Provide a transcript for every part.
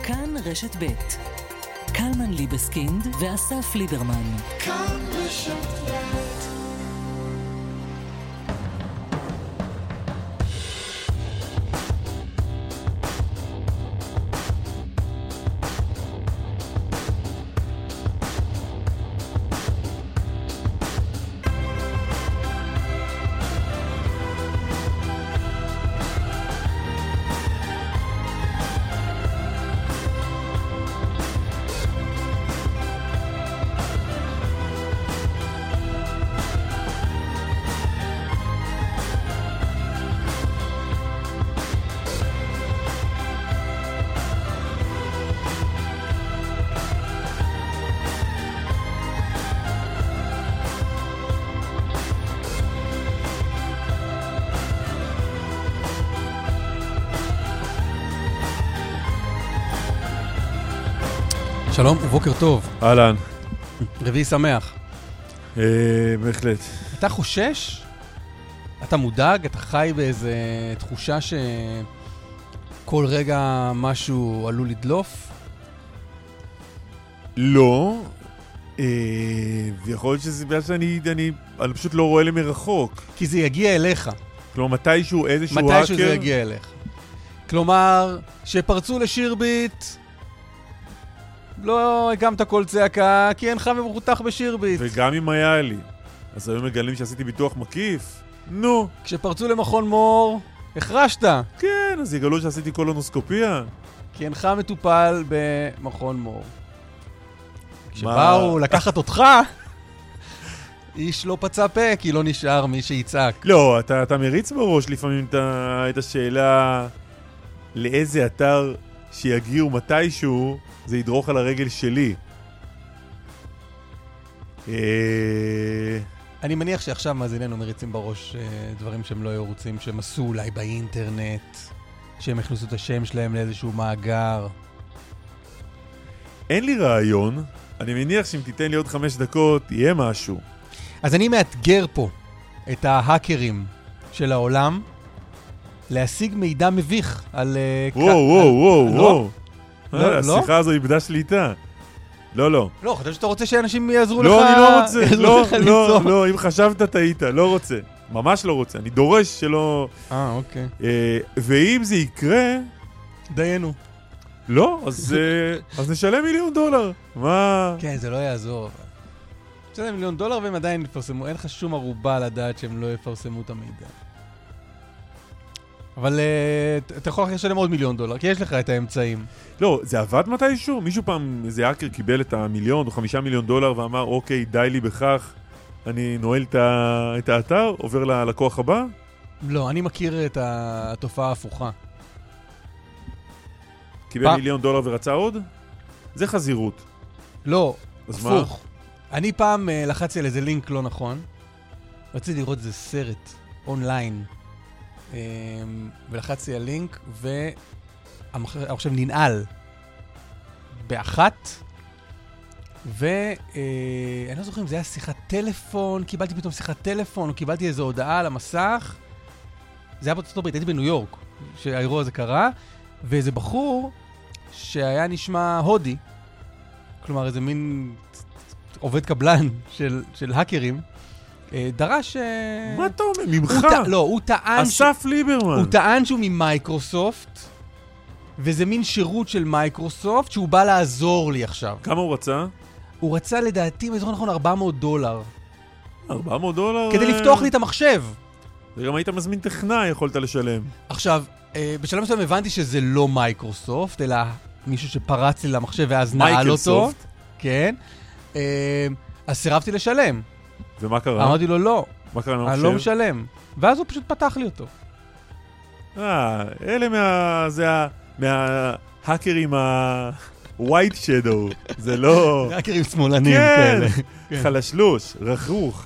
כאן רשת ב' קלמן ליבסקינד ואסף ליברמן. כאן רשת ב'. שלום ובוקר טוב. אהלן. רביעי שמח. בהחלט. אתה חושש? אתה מודאג? אתה חי באיזה תחושה שכל רגע משהו עלול לדלוף? לא. ויכול להיות שזה בגלל שאני פשוט לא רואה למרחוק. כי זה יגיע אליך. כלומר, מתישהו איזשהו האקר... מתישהו זה יגיע אליך. כלומר, שפרצו לשירביט... לא הקמת כל צעקה, כי אינך מבוטח בשירביט. וגם אם היה לי, אז היו מגלים שעשיתי ביטוח מקיף. נו. כשפרצו למכון מור, החרשת. כן, אז יגלו שעשיתי קולונוסקופיה. כי אינך מטופל במכון מור. כשבאו לקחת אותך, איש לא פצע פה, כי לא נשאר מי שיצעק. לא, אתה מריץ בראש לפעמים את השאלה לאיזה אתר שיגיעו מתישהו, זה ידרוך על הרגל שלי. אני מניח שעכשיו מאזיננו מריצים בראש דברים שהם לא היו רוצים, שהם עשו אולי באינטרנט, שהם הכניסו את השם שלהם לאיזשהו מאגר. אין לי רעיון, אני מניח שאם תיתן לי עוד 5 דקות, יהיה משהו. אז אני מאתגר פה את ההאקרים של העולם, להשיג מידע מביך על... וואו. לא? השיחה הזו איבדה שליטה. לא. לא, חושב שאתה רוצה שאנשים יעזרו לך... לא, אני לא רוצה. לא, אם חשבת טעית, לא רוצה. ממש לא רוצה. אני דורש שלא... אוקיי. ואם זה יקרה... דיינו. לא, אז נשלם $1,000,000. מה? כן, זה לא יעזור. נשלם $1,000,000 והם עדיין יפרסמו. אין לך שום ערובה לדעת שהם לא יפרסמו את המידע. אבל אתה יכול אחרי לשלם עוד $1,000,000, כי יש לך את האמצעים. לא, זה עבד מתישהו? מישהו פעם, איזה האקר קיבל את $1,000,000 או $5,000,000 ואמר, אוקיי, די לי בכך, אני נועל את האתר, עובר ללקוח הבא? לא, אני מכיר את התופעה ההפוכה. קיבל $1,000,000 ורצה עוד? זה חזירות. לא, הפוך. אני פעם לחצתי על איזה לינק לא נכון, רציתי לראות איזה סרט אונליין, ולחצתי על לינק, והמחשב ננעל באחת, ואני לא זוכר אם זה היה שיחת טלפון, קיבלתי פתאום שיחת טלפון, או קיבלתי איזו הודעה על המסך, זה היה בארצות הברית, הייתי בניו יורק, שהאירוע הזה קרה, ואיזה בחור שהיה נשמע הודי, כלומר איזה מין עובד קבלן של האקרים, דרש... מה אתה אומר? ממך? לא, הוא טען... אסף ליברמן. הוא טען שהוא ממייקרוסופט, וזה מין שירות של מייקרוסופט, שהוא בא לעזור לי עכשיו. כמה הוא רצה? הוא רצה לדעתי, אם אני זוכר נכון, $400. $400? כדי לפתוח לי את המחשב. וגם היית מזמין טכנאי, יכולת לשלם. עכשיו, בשלב מסוים הבנתי שזה לא מייקרוסופט, אלא מישהו שפרץ לי למחשב ואז נעל אותו. כן. אז סירבתי לשלם. ומה קרה? אמרתי לו לא. מה קרה למחשב? אני לא משלם. ואז הוא פשוט פתח לי אותו. אלה מההאקרים ה-white shadow. זה לא... האקרים שמאלנים כאלה. כן, חלשלוש, רכרוך.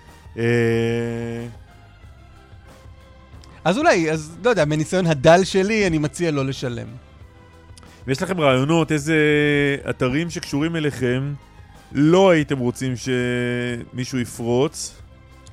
אז אולי, אז לא יודע, מניסיון הדל שלי, אני מציע לא לשלם. ויש לכם רעיונות, איזה אתרים שקשורים אליכם, לא הייתם רוצים שמישהו יפרוץ?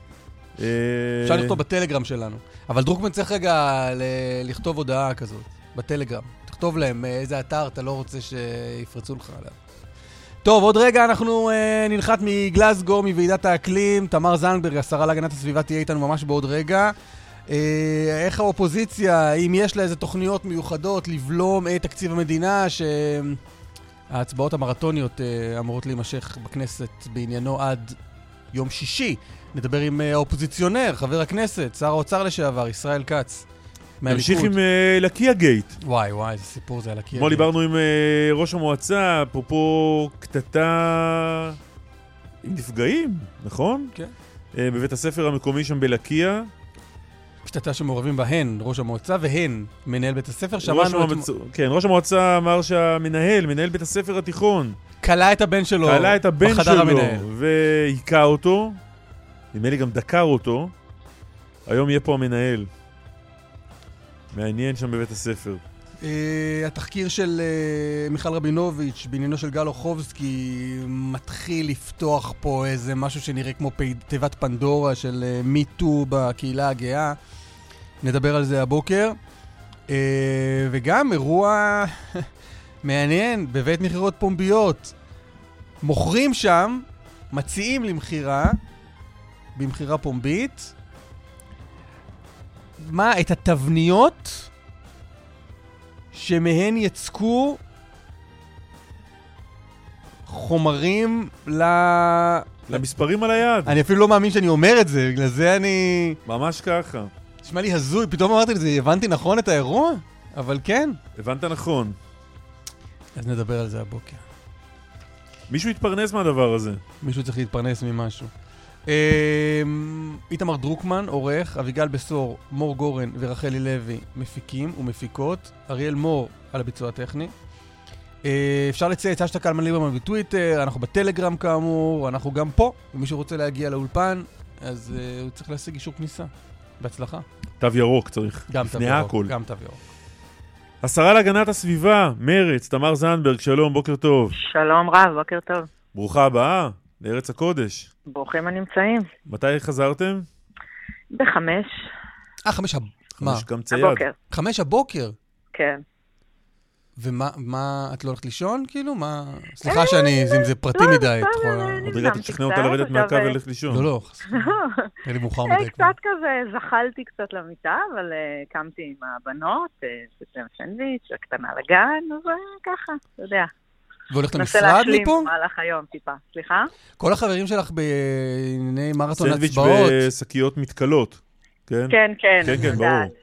אפשר לכתוב בטלגרם שלנו. אבל דרוקמן צריך רגע לכתוב הודעה כזאת. בטלגרם. תכתוב להם איזה אתר אתה לא רוצה שיפרצו לך עליו. טוב, עוד רגע אנחנו ננחת מגלסגו, מוועידת האקלים. תמר זנדברג, השרה להגנת הסביבה, תהיה איתנו ממש בעוד רגע. איך האופוזיציה, האם יש לה איזה תוכניות מיוחדות לבלום את תקציב המדינה, שההצבעות המרתוניות אמורות להימשך בכנסת בעניינו עד יום שישי. נדבר עם האופוזיציונר, חבר הכנסת, שר האוצר לשעבר, ישראל כץ. נמשיך עם לקיה גייט. וואי, איזה סיפור זה על לקיה גייט. כמו דיברנו עם ראש המועצה, אפרופו קטטה עם נפגעים, נכון? כן. בבית הספר המקומי שם בלקיה. קטטה שמעורבים בהן, ראש המועצה והן, מנהל בית הספר. כן, ראש המועצה אמר מנהל בית הספר התיכון. קלה את הבן שלו בחדר המנהל. והיכה אותו, נדמה לי גם דקר אותו. היום יהיה פה המנהל. מעניין שם בבית הספר. התחקיר של מיכל רבינוביץ' בעניינו של גל אוחובסקי מתחיל לפתוח פה איזה משהו שנראה כמו תיבת פנדורה של מיטו בקהילה הגאה. נדבר על זה הבוקר. וגם אירוע מעניין בבית מכירות פומביות. מוכרים שם, מציעים למחירה, במחירה פומבית, את התבניות שמהן יצקו חומרים למספרים על היד. אני אפילו לא מאמין שאני אומר את זה, בגלל זה אני... ממש ככה. תשמע לי הזוי, פתאום אמרתי לזה, הבנתי נכון את האירוע? אבל כן. הבנת נכון. אז נדבר על זה הבוקר. מישהו יתפרנס מהדבר הזה. מישהו צריך להתפרנס ממשהו. איתמר דרוקמן, עורך, אביגל בסור, מור גורן ורחלי לוי מפיקים ומפיקות, אריאל מור על הביצוע הטכני. אפשר לצייץ השטג קלמן ליברמן בטוויטר, אנחנו בטלגרם כאמור, אנחנו גם פה. אם מישהו רוצה להגיע לאולפן, אז הוא צריך להשיג אישור כניסה. בהצלחה. תו ירוק צריך. גם תו ירוק. גם תו ירוק. השרה להגנת הסביבה, מרץ, תמר זנדברג, שלום, בוקר טוב. שלום רב, בוקר טוב. ברוכה הבאה לארץ הקודש. ברוכים הנמצאים. מתי חזרתם? 5. 5 הבוקר. 5 הבוקר? כן. ומה, את לא הולכת לישון כאילו? מה? סליחה שאני, אם זה פרטי מדי. עוד רגע תשכנע אותה לרדת מהקו וללכת לישון. לא, היה לי מאוחר מדי. קצת כזה, זחלתי קצת למיטה, אבל קמתי עם הבנות, שתלם סנדוויץ', הקטנה לגן, אז ככה, אתה יודע. והולכת למשרד מפה? נסה להשלים מהלך היום טיפה. סליחה? כל החברים שלך בענייני מרתון הצבעות. סנדוויץ' ושקיות מתקלות. כן? כן, כן, ברור.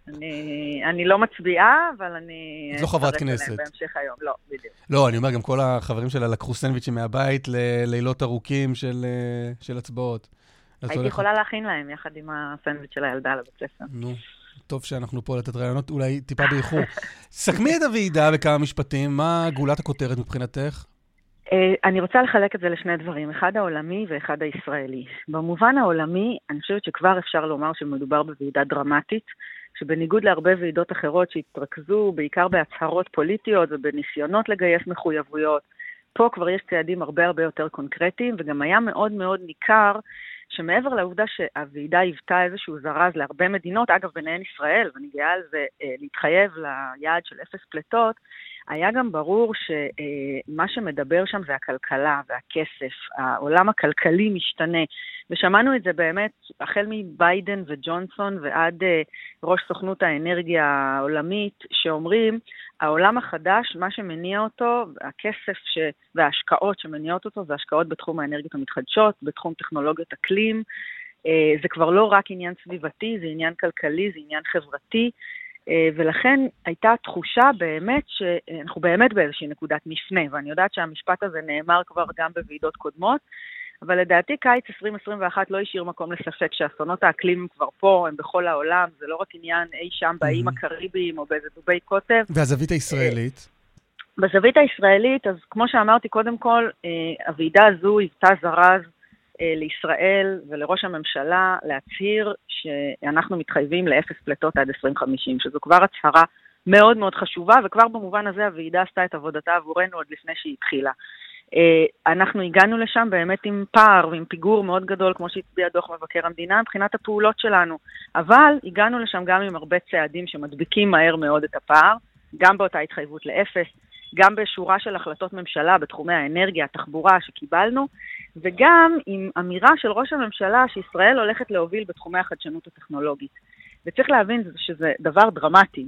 אני לא מצביעה, אבל אני... את לא חברת כנסת. בהמשך היום, לא, בדיוק. לא, אני אומר, גם כל החברים שלה לקחו סנדוויצ'ים מהבית ללילות ארוכים של הצבעות. הייתי יכולה להכין להם יחד עם הסנדוויץ' של הילדה לבית ספר. נו, טוב שאנחנו פה לתת רעיונות, אולי טיפה באיחור. סכמי את הוועידה בכמה משפטים, מה גולת הכותרת מבחינתך? אני רוצה לחלק את זה לשני דברים, אחד העולמי ואחד הישראלי. במובן העולמי, אני חושבת שכבר אפשר לומר שמדובר בוועידה דרמטית, שבניגוד להרבה ועידות אחרות שהתרכזו בעיקר בהצהרות פוליטיות ובניסיונות לגייס מחויבויות, פה כבר יש צעדים הרבה יותר קונקרטיים, וגם היה מאוד מאוד ניכר שמעבר לעובדה שהוועידה היוותה איזשהו זרז להרבה מדינות, אגב ביניהן ישראל, ואני גאה על זה להתחייב ליעד של 0 פלטות, היה גם ברור שמה שמדבר שם זה הכלכלה והכסף, העולם הכלכלי משתנה, ושמענו את זה באמת החל מביידן וג'ונסון ועד ראש סוכנות האנרגיה העולמית, שאומרים, העולם החדש, מה שמניע אותו, הכסף וההשקעות שמניעות אותו, זה השקעות בתחום האנרגיות המתחדשות, בתחום טכנולוגיות אקלים, זה כבר לא רק עניין סביבתי, זה עניין כלכלי, זה עניין חברתי, ולכן הייתה תחושה באמת שאנחנו באמת באיזושהי נקודת מפנה, ואני יודעת שהמשפט הזה נאמר כבר גם בוועידות קודמות, אבל לדעתי קיץ 2021 לא השאיר מקום לספק שאסונות האקלים הם כבר פה, הם בכל העולם, זה לא רק עניין אי שם באיים הקריביים או באיזה דובי קוטב. והזווית הישראלית? בזווית הישראלית, אז כמו שאמרתי קודם כל, הוועידה הזו היוותה זרז לישראל ולראש הממשלה להצהיר שאנחנו מתחייבים ל0 פלטות עד 2050, שזו כבר הצהרה מאוד מאוד חשובה, וכבר במובן הזה הוועידה עשתה את עבודתה עבורנו עוד לפני שהיא התחילה. אנחנו הגענו לשם באמת עם פער ועם פיגור מאוד גדול, כמו שהצביע דוח מבקר המדינה, מבחינת הפעולות שלנו. אבל הגענו לשם גם עם הרבה צעדים שמדביקים מהר מאוד את הפער, גם באותה התחייבות לאפס, גם בשורה של החלטות ממשלה בתחומי האנרגיה, התחבורה שקיבלנו, וגם עם אמירה של ראש הממשלה שישראל הולכת להוביל בתחומי החדשנות הטכנולוגית. וצריך להבין שזה דבר דרמטי.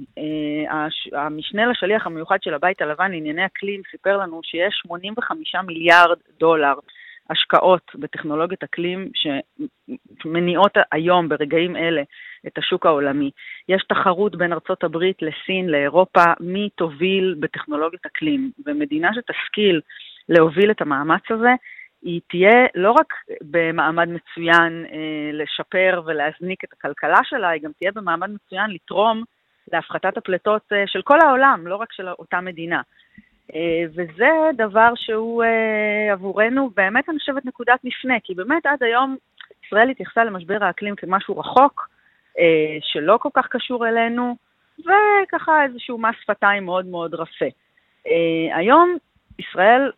המשנה לשליח המיוחד של הבית הלבן לענייני אקלים סיפר לנו שיש 85 מיליארד דולר השקעות בטכנולוגיות אקלים שמניעות היום ברגעים אלה את השוק העולמי. יש תחרות בין ארצות הברית לסין, לאירופה, מי תוביל בטכנולוגיות אקלים. ומדינה שתשכיל להוביל את המאמץ הזה, היא תהיה לא רק במעמד מצוין לשפר ולהזניק את הכלכלה שלה, היא גם תהיה במעמד מצוין לתרום להפחתת הפלטות של כל העולם, לא רק של אותה מדינה. וזה דבר שהוא עבורנו באמת אני חושבת נקודת מפנה, כי באמת עד היום ישראל התייחסה למשבר האקלים כמשהו רחוק, שלא כל כך קשור אלינו, וככה איזשהו מס שפתיים מאוד מאוד רפה. היום ישראל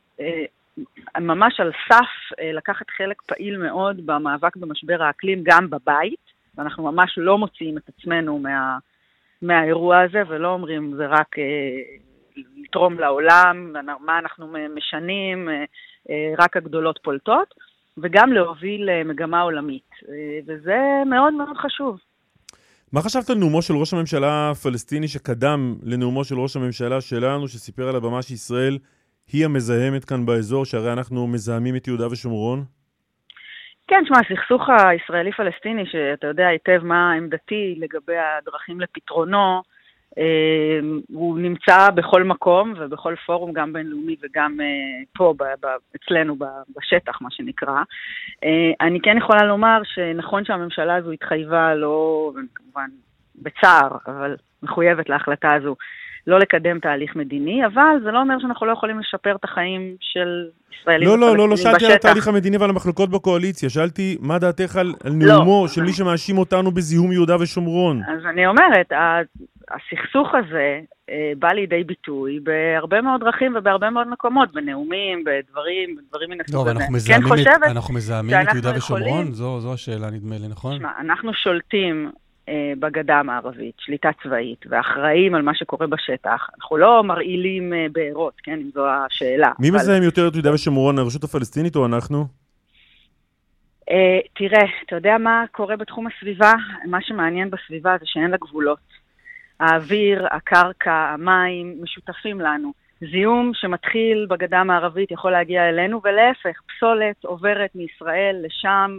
ממש על סף לקחת חלק פעיל מאוד במאבק במשבר האקלים גם בבית, ואנחנו ממש לא מוציאים את עצמנו מהאירוע הזה, ולא אומרים זה רק לתרום לעולם, מה אנחנו משנים, רק הגדולות פולטות, וגם להוביל מגמה עולמית, וזה מאוד מאוד חשוב. מה חשבת על נאומו של ראש הממשלה הפלסטיני שקדם לנאומו של ראש הממשלה שלנו, שסיפר על הבמה שישראל היא המזהמת כאן באזור, שהרי אנחנו מזהמים את יהודה ושומרון? כן, שמה, הסכסוך הישראלי-פלסטיני, שאתה יודע היטב מה עמדתי לגבי הדרכים לפתרונו, הוא נמצא בכל מקום ובכל פורום, גם בינלאומי וגם פה אצלנו בשטח, מה שנקרא. אני כן יכולה לומר שנכון שהממשלה הזו התחייבה, לא, כמובן בצער, אבל מחויבת להחלטה הזו, לא לקדם תהליך מדיני, אבל זה לא אומר שאנחנו לא יכולים לשפר את החיים של ישראלים ופלסטינים בשטח. לא שאלתי על התהליך המדיני ועל המחלוקות בקואליציה, שאלתי מה דעתך על נאומו של מי שמאשים אותנו בזיהום יהודה ושומרון. אז אני אומרת, הסכסוך הזה בא לידי ביטוי בהרבה מאוד דרכים ובהרבה מאוד מקומות, בנאומים, בדברים מן הסוג הזה. אנחנו מזהמים את יהודה ושומרון? זו השאלה נדמה לי, נכון? אנחנו שולטים בגדה המערבית, שליטה צבאית, ואחראים על מה שקורה בשטח. אנחנו לא מרעילים בעירות, כן, אם זו השאלה. מי מזהם יותר את יהודה ושומרון, הרשות הפלסטינית או אנחנו? תראה, אתה יודע מה קורה בתחום הסביבה? מה שמעניין בסביבה זה שאין לה גבולות. האוויר, הקרקע, המים, משותפים לנו. זיהום שמתחיל בגדה המערבית יכול להגיע אלינו, ולהפך, פסולת עוברת מישראל לשם,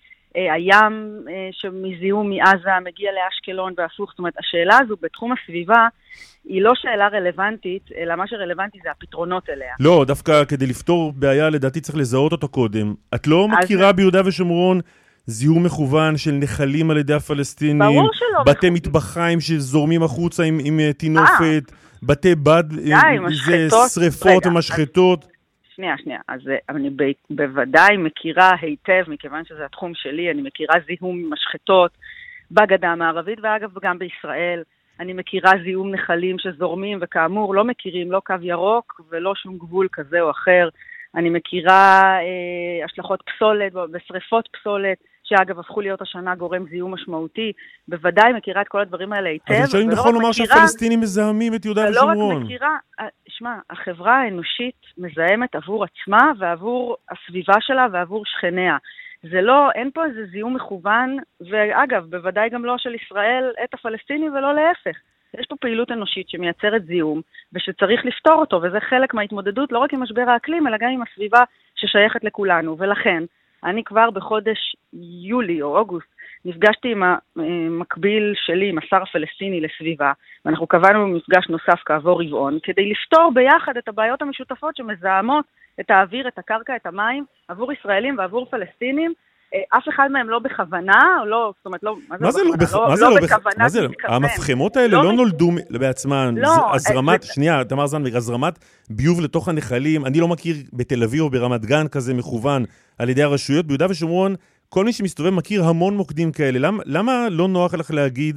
והים שמזיהום מעזה מגיע לאשקלון והפוך. זאת אומרת, השאלה הזו בתחום הסביבה היא לא שאלה רלוונטית, אלא מה שרלוונטי זה הפתרונות אליה. לא, דווקא כדי לפתור בעיה, לדעתי צריך לזהות אותה קודם. את לא מכירה ביהודה ושומרון זיהום מכוון של נחלים על ידי הפלסטינים, ברור שלא. בתי מטבחיים שזורמים החוצה עם תינופת, בתי בד, זה שריפות ומשחטות. שנייה. אז אני בוודאי מכירה היטב, מכיוון שזה התחום שלי, אני מכירה זיהום משחטות בגדה המערבית, ואגב גם בישראל. אני מכירה זיהום נחלים שזורמים, וכאמור לא מכירים לא קו ירוק ולא שום גבול כזה או אחר. אני מכירה השלכות פסולת ושריפות פסולת, שאגב הפכו להיות השנה גורם זיהום משמעותי. בוודאי מכירה את כל הדברים האלה היטב. אז אפשר נכון לומר שהפלסטינים מזהמים את יהודה ושומרון. ולא רק מכירה, החברה האנושית מזהמת עבור עצמה ועבור הסביבה שלה ועבור שכניה. זה לא, אין פה איזה זיהום מכוון, ואגב, בוודאי גם לא של ישראל את הפלסטינים ולא להפך. יש פה פעילות אנושית שמייצרת זיהום, ושצריך לפתור אותו, וזה חלק מההתמודדות לא רק עם משבר האקלים, אלא גם עם הסביבה ששייכת לכולנו. ולכן, אני כבר בחודש יולי או אוגוסט, נפגשתי עם המקביל שלי, עם השר הפלסטיני לסביבה, ואנחנו קבענו מפגש נוסף כעבור רבעון, כדי לפתור ביחד את הבעיות המשותפות שמזהמות את האוויר, את הקרקע, את המים, עבור ישראלים ועבור פלסטינים. אף אחד מהם לא בכוונה, או לא, זאת אומרת, מה זה לא בכוונה? המפחמות האלה לא נולדו בעצמן, הזרמת, שנייה, תמר זנדברג, הזרמת ביוב לתוך הנחלים, אני לא מכיר בתל אביב או ברמת גן כזה מכוון על ידי הרשויות, ביהודה ושומרון, כל מי שמסתובב מכיר המון מוקדים כאלה, למה לא נוח לך להגיד,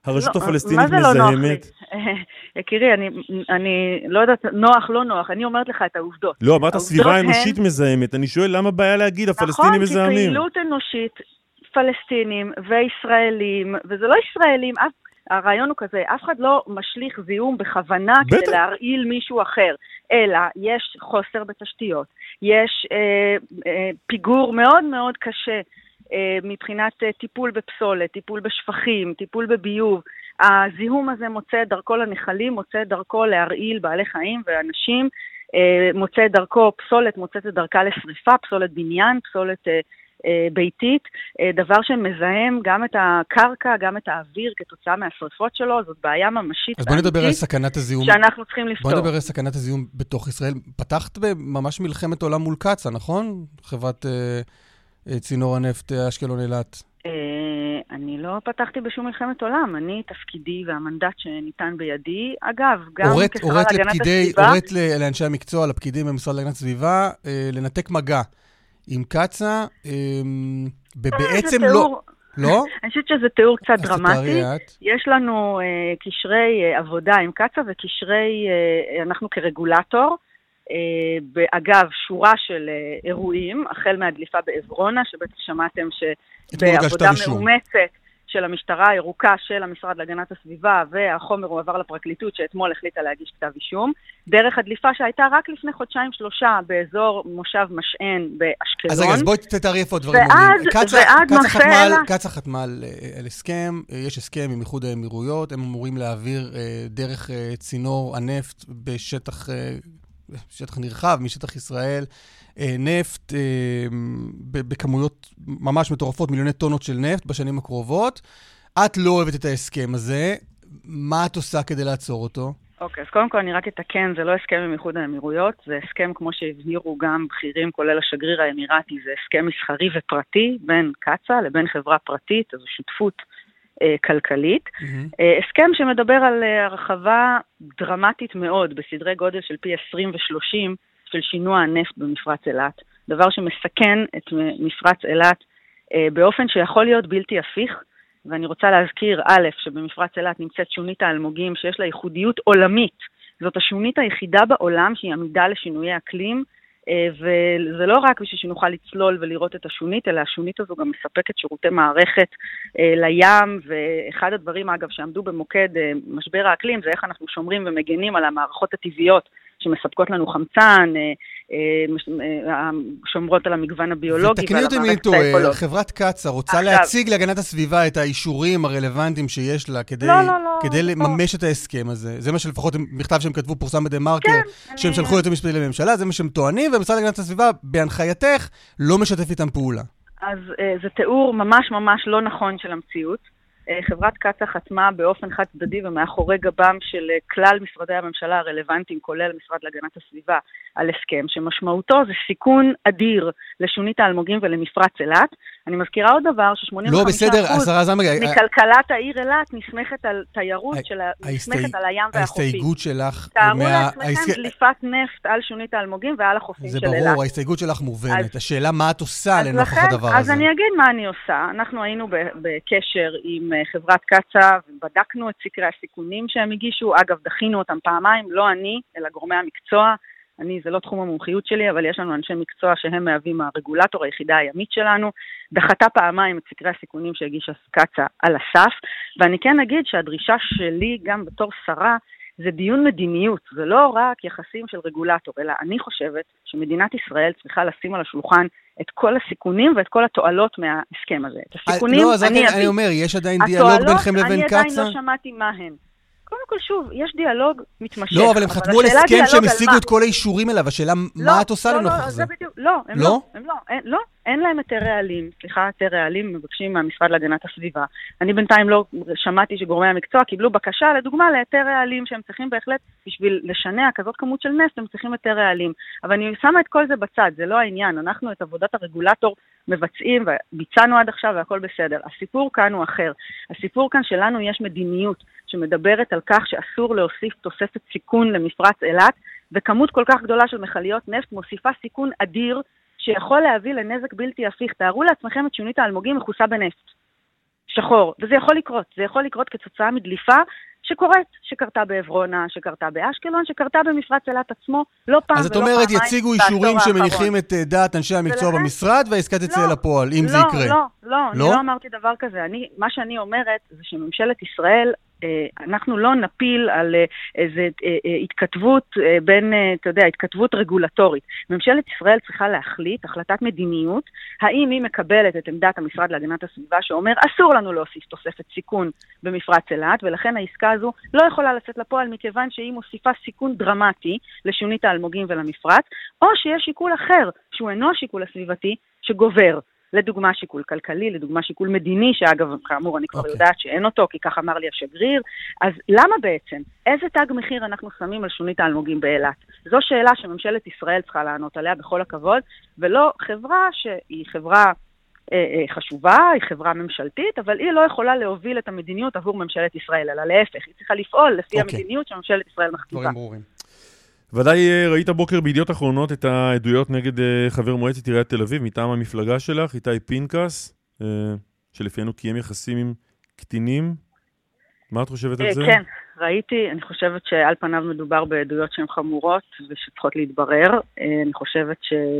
הרשות הפלסטינית מזהמת. יקירי, אני לא יודעת, נוח, לא נוח, אני אומרת לך את העובדות. לא, אמרת הסביבה האנושית מזהמת, אני שואל למה בעיה להגיד, הפלסטינים מזהמים. נכון, כי פעילות אנושית, פלסטינים וישראלים, וזה לא ישראלים, הרעיון הוא כזה, אף אחד לא משליך זיהום בכוונה כדי להרעיל מישהו אחר, אלא יש חוסר בתשתיות, יש פיגור מאוד מאוד קשה, מבחינת טיפול בפסולת, טיפול בשפכים, טיפול בביוב. הזיהום הזה מוצא דרכו לנחלים, מוצא דרכו להרעיל בעלי חיים ואנשים, מוצא דרכו פסולת, מוצאת דרכה לשריפה, פסולת בניין, פסולת ביתית, דבר שמזהם גם את הקרקע, גם את האוויר כתוצאה מהשריפות שלו, זאת בעיה ממשית. אז בוא נדבר על סכנת הזיהום. שאנחנו צריכים לפתור. בוא נדבר על סכנת הזיהום בתוך ישראל. פתחת ממש מלחמת עולם מול קצה, נכון? חברת צינור הנפט אשקלון אילת. אני לא פתחתי בשום מלחמת עולם. אני, תפקידי והמנדט שניתן בידי, אגב, גם כשרה להגנת הסביבה. הורית לאנשי המקצוע, לפקידים במשרד להגנת הסביבה, לנתק מגע עם קצה, בעצם לא? אני חושבת שזה תיאור קצת דרמטי. יש לנו קשרי עבודה עם קצה וקשרי, אנחנו כרגולטור, אגב, שורה של אירועים, החל מהדליפה בעברונה, שבטח שמעתם שבעבודה מאומצת של המשטרה הירוקה של המשרד להגנת הסביבה, והחומר הוא עבר לפרקליטות שאתמול החליטה להגיש כתב אישום, דרך הדליפה שהייתה רק לפני חודשיים-שלושה באזור מושב משען באשקלון. אז רגע, אז בואי תתארי איפה הדברים קצה חתמה על הסכם, יש הסכם עם איחוד האמירויות, הם אמורים להעביר דרך צינור הנפט בשטח נרחב, משטח ישראל, נפט בכמויות ממש מטורפות, מיליוני טונות של נפט בשנים הקרובות. את לא אוהבת את ההסכם הזה, מה את עושה כדי לעצור אותו? אוקיי, אז קודם כל אני רק אתקן, זה לא הסכם עם איחוד האמירויות, זה הסכם כמו שהבהירו גם בכירים, כולל השגריר האמירתי, זה הסכם מסחרי ופרטי בין קצה לבין חברה פרטית, זו שותפות כלכלית. הסכם שמדבר על הרחבה דרמטית מאוד, בסדרי גודל של פי 20 ו-30 של שינוע הנפט במפרץ אילת, דבר שמסכן את מפרץ אילת באופן שיכול להיות בלתי הפיך, ואני רוצה להזכיר, א', שבמפרץ אילת נמצאת שונית האלמוגים שיש לה ייחודיות עולמית, זאת השונית היחידה בעולם שהיא עמידה לשינויי אקלים, וזה לא רק בשביל שנוכל לצלול ולראות את השונית, אלא השונית הזו גם מספקת שירותי מערכת לים, ואחד הדברים אגב שעמדו במוקד משבר האקלים זה איך אנחנו שומרים ומגנים על המערכות הטבעיות שמספקות לנו חמצן, שומרות על המגוון הביולוגי ועל המערכת האקולוגית. חברת קצה רוצה להציג להגנת הסביבה את האישורים הרלוונטיים שיש לה כדי לממש את ההסכם הזה. זה מה שלפחות מכתב שהם כתבו פורסם בדה מרקר, שהם שלחו את המשפטי לממשלה, זה מה שהם טוענים, ומשרד להגנת הסביבה בהנחייתך לא משתף איתם פעולה. אז זה תיאור ממש ממש לא נכון של המציאות. חברת קצה חתמה באופן חד צדדי ומאחורי גבם של כלל משרדי הממשלה הרלוונטיים, כולל משרד להגנת הסביבה, על הסכם שמשמעותו זה סיכון אדיר לשונית האלמוגים ולמפרץ אילת. אני מזכירה עוד דבר ש85% מכלכלת העיר אילת נסמכת על תיירות, נסמכת על הים והחופים. ההסתייגות שלך... תארו לעצמכם דליפת נפט על שונית האלמוגים ועל החופים של אילת. זה ברור, ההסתייגות שלך מובנת. השאלה מה את עושה לנוכח הדבר הזה. אז אני אגיד מה אני עושה. אנחנו היינו בקשר עם חברת קצה ובדקנו את סקרי הסיכונים שהם הגישו. אגב, דחינו אותם פעמיים, לא אני, אלא גורמי המקצוע. זה לא תחום המומחיות שלי, אבל יש לנו אנשי מקצוע שהם מהווים הרגולטור, היחידה הימית שלנו, דחתה פעמיים את סקרי הסיכונים שהגישה קצה על הסף, ואני כן אגיד שהדרישה שלי גם בתור שרה, זה דיון מדיניות, זה לא רק יחסים של רגולטור, אלא אני חושבת שמדינת ישראל צריכה לשים על השולחן את כל הסיכונים ואת כל התועלות מההסכם הזה. את הסיכונים לא, אז אני אומר, יש עדיין דיאלוג ביניכם לבין קצה? אני עדיין לא שמעתי מה הן. קודם כל, שוב, יש דיאלוג מתמשך. לא, אבל הם חתמו על הסכם שהם השיגו את כל האישורים אליו. השאלה, מה את עושה לנוכח זה? לא, הם לא. אין להם היתר רעלים. סליחה, היתר רעלים מבקשים מהמשרד להגנת הסביבה. אני בינתיים לא שמעתי שגורמי המקצוע קיבלו בקשה, לדוגמה, להיתר רעלים שהם צריכים בהחלט, בשביל לשנע כזאת כמות של נפט, הם צריכים היתר רעלים. אבל אני שמה את כל זה בצד, זה לא העניין. אנחנו את עבודת הרגולטור מבצעים וביצענו עד עכשיו והכל בסדר. הסיפור כאן הוא אחר. הסיפור כאן שלנו יש מדיניות שמדברת על כך שאסור להוסיף תוספת סיכון למפרץ אילת, וכמות כל כך גדולה של מכליות נפט מוסיפה סיכון אדיר שיכול להביא לנזק בלתי הפיך. תארו לעצמכם את שונית האלמוגים מכוסה בנפט. שחור, וזה יכול לקרות. זה יכול לקרות כתוצאה מדליפה שקרתה בעברונה, שקרתה באשקלון, שקרתה במפרץ אילת עצמו, לא פעם אז את אומרת, יציגו אישורים שמניחים את דעת אנשי המקצוע במשרד, והעסקת תצא לפועל, אם זה יקרה. לא, אני לא אמרתי דבר כזה. מה שאני אומרת, זה שממשלת ישראל, אנחנו לא נפיל על איזו התכתבות בין, אתה יודע, התכתבות רגולטורית. ממשלת ישראל צריכה להחליט, החלטת מדיניות, האם היא מקבלת את עמדת המשרד להגנת הסביבה, שאומר, אסור לנו להוסיף תוספת סיכון במפרץ אילת, ולכן העסקה הזו לא יכולה לצאת לפועל, מכיוון שהיא מוסיפה סיכון דרמטי לשונית האלמוגים ולמפרץ, או שיש שיקול אחר, שהוא אינו השיקול הסביבתי, שגובר. לדוגמה שיקול כלכלי, לדוגמה שיקול מדיני, שאגב, כאמור, אני כבר יודעת שאין אותו, כי כך אמר לי השגריר. אז למה בעצם? איזה תג מחיר אנחנו שמים על שונית האלמוגים באילת? זו שאלה שממשלת ישראל צריכה לענות עליה בכל הכבוד, ולא חברה שהיא חברה חשובה, היא חברה ממשלתית, אבל היא לא יכולה להוביל את המדיניות עבור ממשלת ישראל, אלא להפך, היא צריכה לפעול לפי המדיניות שממשלת ישראל מכתיבה. דברים ברורים. ודאי ראית בוקר בידיעות אחרונות את העדויות נגד חבר מועצת עיריית תל אביב, מטעם המפלגה שלך, איתי פנקס, שלפיינו קיים יחסים עם קטינים. מה את חושבת על זה? כן, ראיתי. אני חושבת שעל פניו מדובר בעדויות שהן חמורות ושצריכות להתברר. אני חושבת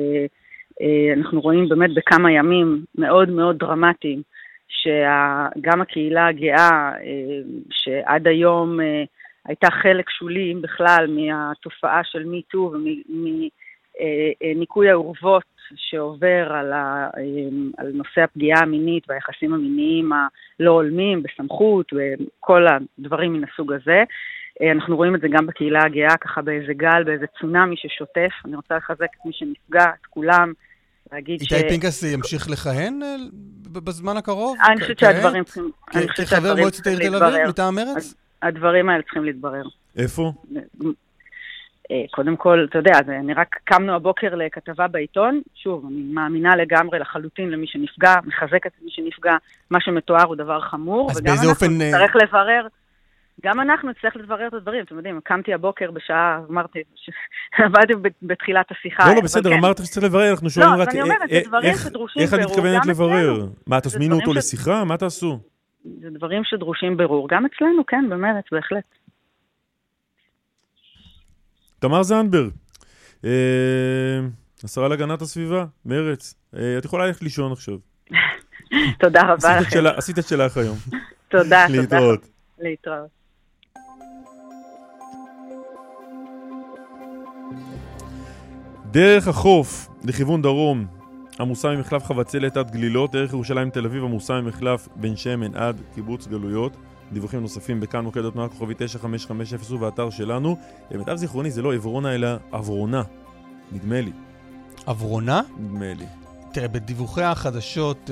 שאנחנו רואים באמת בכמה ימים מאוד מאוד דרמטיים, שגם הקהילה הגאה, שעד היום הייתה חלק שולי בכלל מהתופעה של מיטו ומניקוי האורוות שעובר על נושא הפגיעה המינית והיחסים המיניים הלא הולמים בסמכות וכל הדברים מן הסוג הזה. אנחנו רואים את זה גם בקהילה הגאה, ככה באיזה גל, באיזה צונמי ששוטף. אני רוצה לחזק את מי שנפגע, את כולם. איתי פנקס ימשיך לכהן בזמן הקרוב? אני חושבת שהדברים צריכים... כחבר מועצת העיר תל אביב מטעם מרצ? הדברים האלה צריכים להתברר. איפה? קודם כל, אתה יודע, אני רק קמנו הבוקר לכתבה בעיתון, שוב, אני מאמינה לגמרי לחלוטין למי שנפגע, מחזקת למי שנפגע, מה שמתואר הוא דבר חמור, וגם אנחנו נצטרך לברר, גם אנחנו נצטרך לברר את הדברים, אתם יודעים, קמתי הבוקר בשעה, אמרתי, עבדתי בתחילת השיחה. לא, בסדר, אמרת שצריך לברר, אנחנו שואלים רק, איך את מתכוונת לברר? מה, תזמינו אותו לשיחה? מה תעשו? זה דברים שדרושים ברור, גם אצלנו, כן, במרץ, בהחלט. תמר זנדברג, השרה להגנת הסביבה, מרץ. את יכולה ללכת לישון עכשיו. תודה רבה לכם. עשית את שלך היום. תודה. להתראות. להתראות. דרך החוף לכיוון דרום, עמוסה ממחלף חבצלת עד גלילות, דרך ירושלים תל אביב עמוסה ממחלף בן שמן עד קיבוץ גלויות. דיווחים נוספים בכאן מוקד התנועה כוכבי 9550 ובאתר שלנו. למיטב זיכרוני זה לא עברונה אלא עברונה, נדמה לי. עברונה? נדמה לי. תראה, בדיווחי החדשות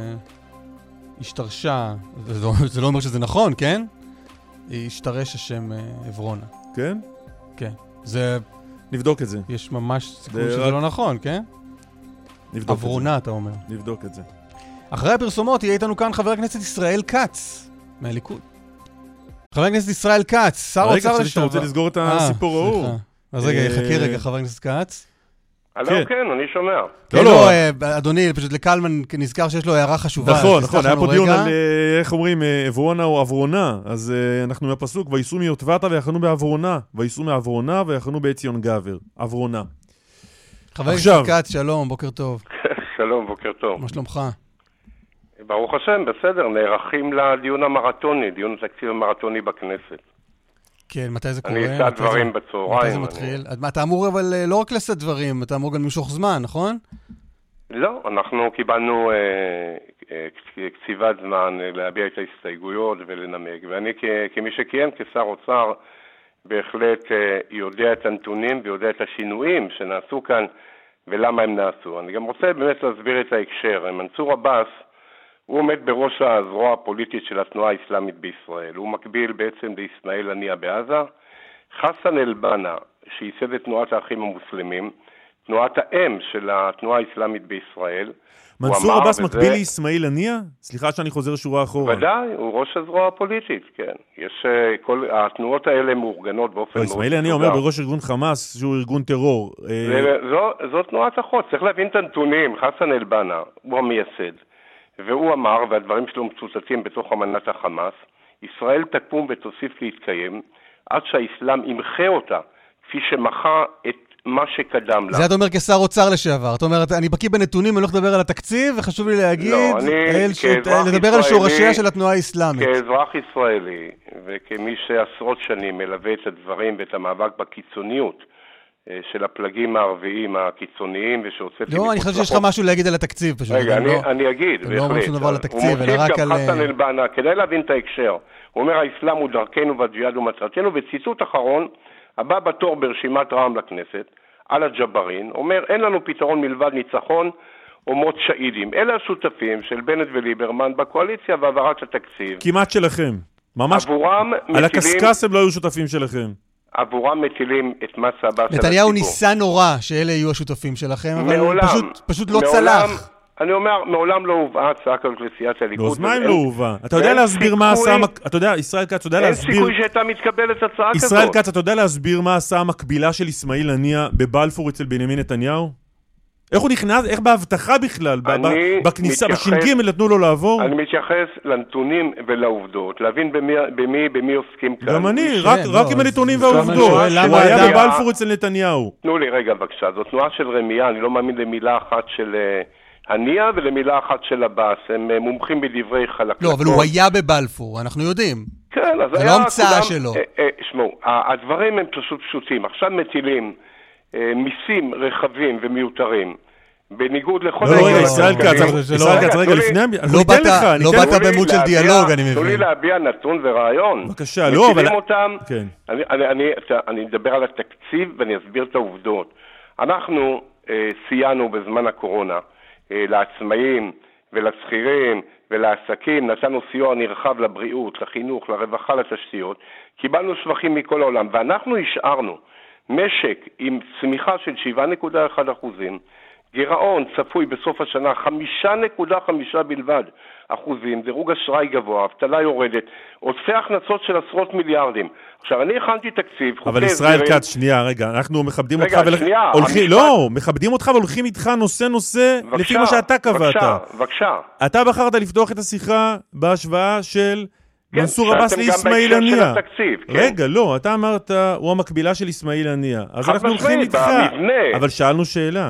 השתרשה, זה לא אומר שזה נכון, כן? השתרש השם עברונה. כן? כן. זה... נבדוק את זה. יש ממש סיכוי שזה לא נכון, כן? נבדוק עברונה, אתה אומר. נבדוק את זה. אחרי הפרסומות יהיה איתנו כאן חבר הכנסת ישראל כץ, מהליכוד. חבר הכנסת ישראל כץ, שר אוצר לשעבר. רגע, שאתה רוצה לסגור את הסיפור ההוא. אז רגע, חכה רגע, חבר הכנסת כץ. כן, אני שומע. לא, אדוני, פשוט לקלמן נזכר שיש לו הערה חשובה. נכון, היה פה דיון על, איך אומרים, עברונה או עברונה, אז אנחנו מהפסוק, ויסעו מיוטבתה ויחנו בעברונה, ויסעו מעברונה ויחנו בעציון גבר. עברונה. חבר הכנסת כץ, שלום, בוקר טוב. שלום, בוקר טוב. מה שלומך? ברוך השם, בסדר, נערכים לדיון המרתוני, דיון התקציב המרתוני בכנסת. כן, מתי זה קורה? אני אשא דברים בצהריים. מתי זה מתחיל? אתה אמור אבל לא רק לשאת דברים, אתה אמור גם למשוך זמן, נכון? לא, אנחנו קיבלנו קציבת זמן להביע את ההסתייגויות ולנמק, ואני כמי שכיהן כשר אוצר בהחלט יודע את הנתונים ויודע את השינויים שנעשו כאן ולמה הם נעשו. אני גם רוצה באמת להסביר את ההקשר. מנסור עבאס, הוא עומד בראש הזרוע הפוליטית של התנועה האסלאמית בישראל. הוא מקביל בעצם לאסמאעיל הנייה בעזה. חסן אל-בנה, שייסד את תנועת האחים המוסלמים, תנועת האם של התנועה האסלאמית בישראל. מנסור עבאס מקביל לאסמאעיל הנייה? סליחה שאני חוזר שורה אחורה. ודאי, הוא ראש הזרוע הפוליטית, כן. יש כל התנועות האלה מאורגנות באופן מאוד... אסמאעיל הנייה אומר בראש ארגון חמאס שהוא ארגון טרור. זו תנועת החוץ, צריך להבין את הנתונים. חסן אל-בנה הוא המייסד. והוא אמר, והדברים שלו מצוטטים בתוך אמנת החמאס, ישראל תקום ותוסיף להתקיים, עד שהאסלאם ימחה אותה, כפי שמחה את מה שקדם לה. זה אתה אומר כשר אוצר לשעבר. אתה אומר, אני בקיא בנתונים, אני הולך לדבר על התקציב, וחשוב לי להגיד, לדבר על שורשיה של התנועה האסלאמית. כאזרח ישראלי, וכמי שעשרות שנים מלווה את הדברים ואת המאבק בקיצוניות, של הפלגים הערביים הקיצוניים, ושהוצאתי... לא, אני חושב שיש לך משהו להגיד על התקציב, פשוט. רגע, אני אגיד, בהחלט. לא אומרים שום דבר על התקציב, אלא רק על... חסן אל-בנה, כדי להבין את ההקשר, הוא אומר, האסלאם הוא דרכנו והג'יהאד הוא מטרתנו, וציטוט אחרון, הבא בתור ברשימת רע"מ לכנסת, על הג'ברין, אומר, אין לנו פתרון מלבד ניצחון או מות שהידים. אלה השותפים של בנט וליברמן בקואליציה והעברת התקציב. כמעט שלכם. ממש... על הקסקס הם לא היו שותפים שלכם. עבורם מטילים את מס הבא של הציבור. נתניהו ניסה נורא שאלה יהיו השותפים שלכם, אבל פשוט לא צלח. אני אומר, מעולם לא הובאה הצעה כזאת לסיעת הליכוד. אז מה אם לא הובאה? אתה יודע להסביר מה עשה... אתה יודע, ישראל כץ, אתה יודע להסביר... אין סיכוי שהייתה מתקבלת הצעה כזאת. ישראל כץ, אתה יודע להסביר מה עשה המקבילה של אסמאעיל הנייה בבלפור אצל בנימין נתניהו? איך הוא נכנס, איך בהבטחה בכלל, בכניסה, בש"ג נתנו לו לעבור? אני מתייחס לנתונים ולעובדות, להבין במי עוסקים כאן. גם אני, רק עם הנתונים והעובדות. הוא היה בבלפור אצל נתניהו. תנו לי רגע בבקשה, זו תנועה של רמייה, אני לא מאמין למילה אחת של הנייה ולמילה אחת של הבאס, הם מומחים בדברי חלקלקות. לא, אבל הוא היה בבלפור, אנחנו יודעים. כן, אז זה לא המצאה שלו. שמעו, הדברים הם פשוט פשוטים, עכשיו מטילים מיסים רחבים ומיותרים, בניגוד לכל... לא, ישראל כץ, רגע, לפני... לא באת במות של דיאלוג, אני מבין. תנו לי להביע נתון ורעיון. בבקשה, לא, אבל... אני אדבר על התקציב ואני אסביר את העובדות. אנחנו סייענו בזמן הקורונה לעצמאים ולשכירים ולעסקים, נתנו סיוע נרחב לבריאות, לחינוך, לרווחה, לתשתיות, קיבלנו שבחים מכל העולם, ואנחנו השארנו משק עם צמיחה של 7.1%, גירעון צפוי בסוף השנה 5.5 בלבד אחוזים, דירוג אשראי גבוה, אבטלה יורדת, עודפי הכנסות של עשרות מיליארדים. עכשיו, אני הכנתי תקציב, אבל ישראל כץ, שנייה, רגע, אנחנו מכבדים אותך מכבדים אותך והולכים איתך נושא לפי מה שאתה קבעת. בבקשה. אתה בחרת לפתוח את השיחה בהשוואה של מנסור עבאס לאסמאעיל הנייה. רגע, לא, אתה אמרת, הוא המקבילה של אסמאעיל הנייה. אז אנחנו הולכים איתך. אבל שאלנו שאלה.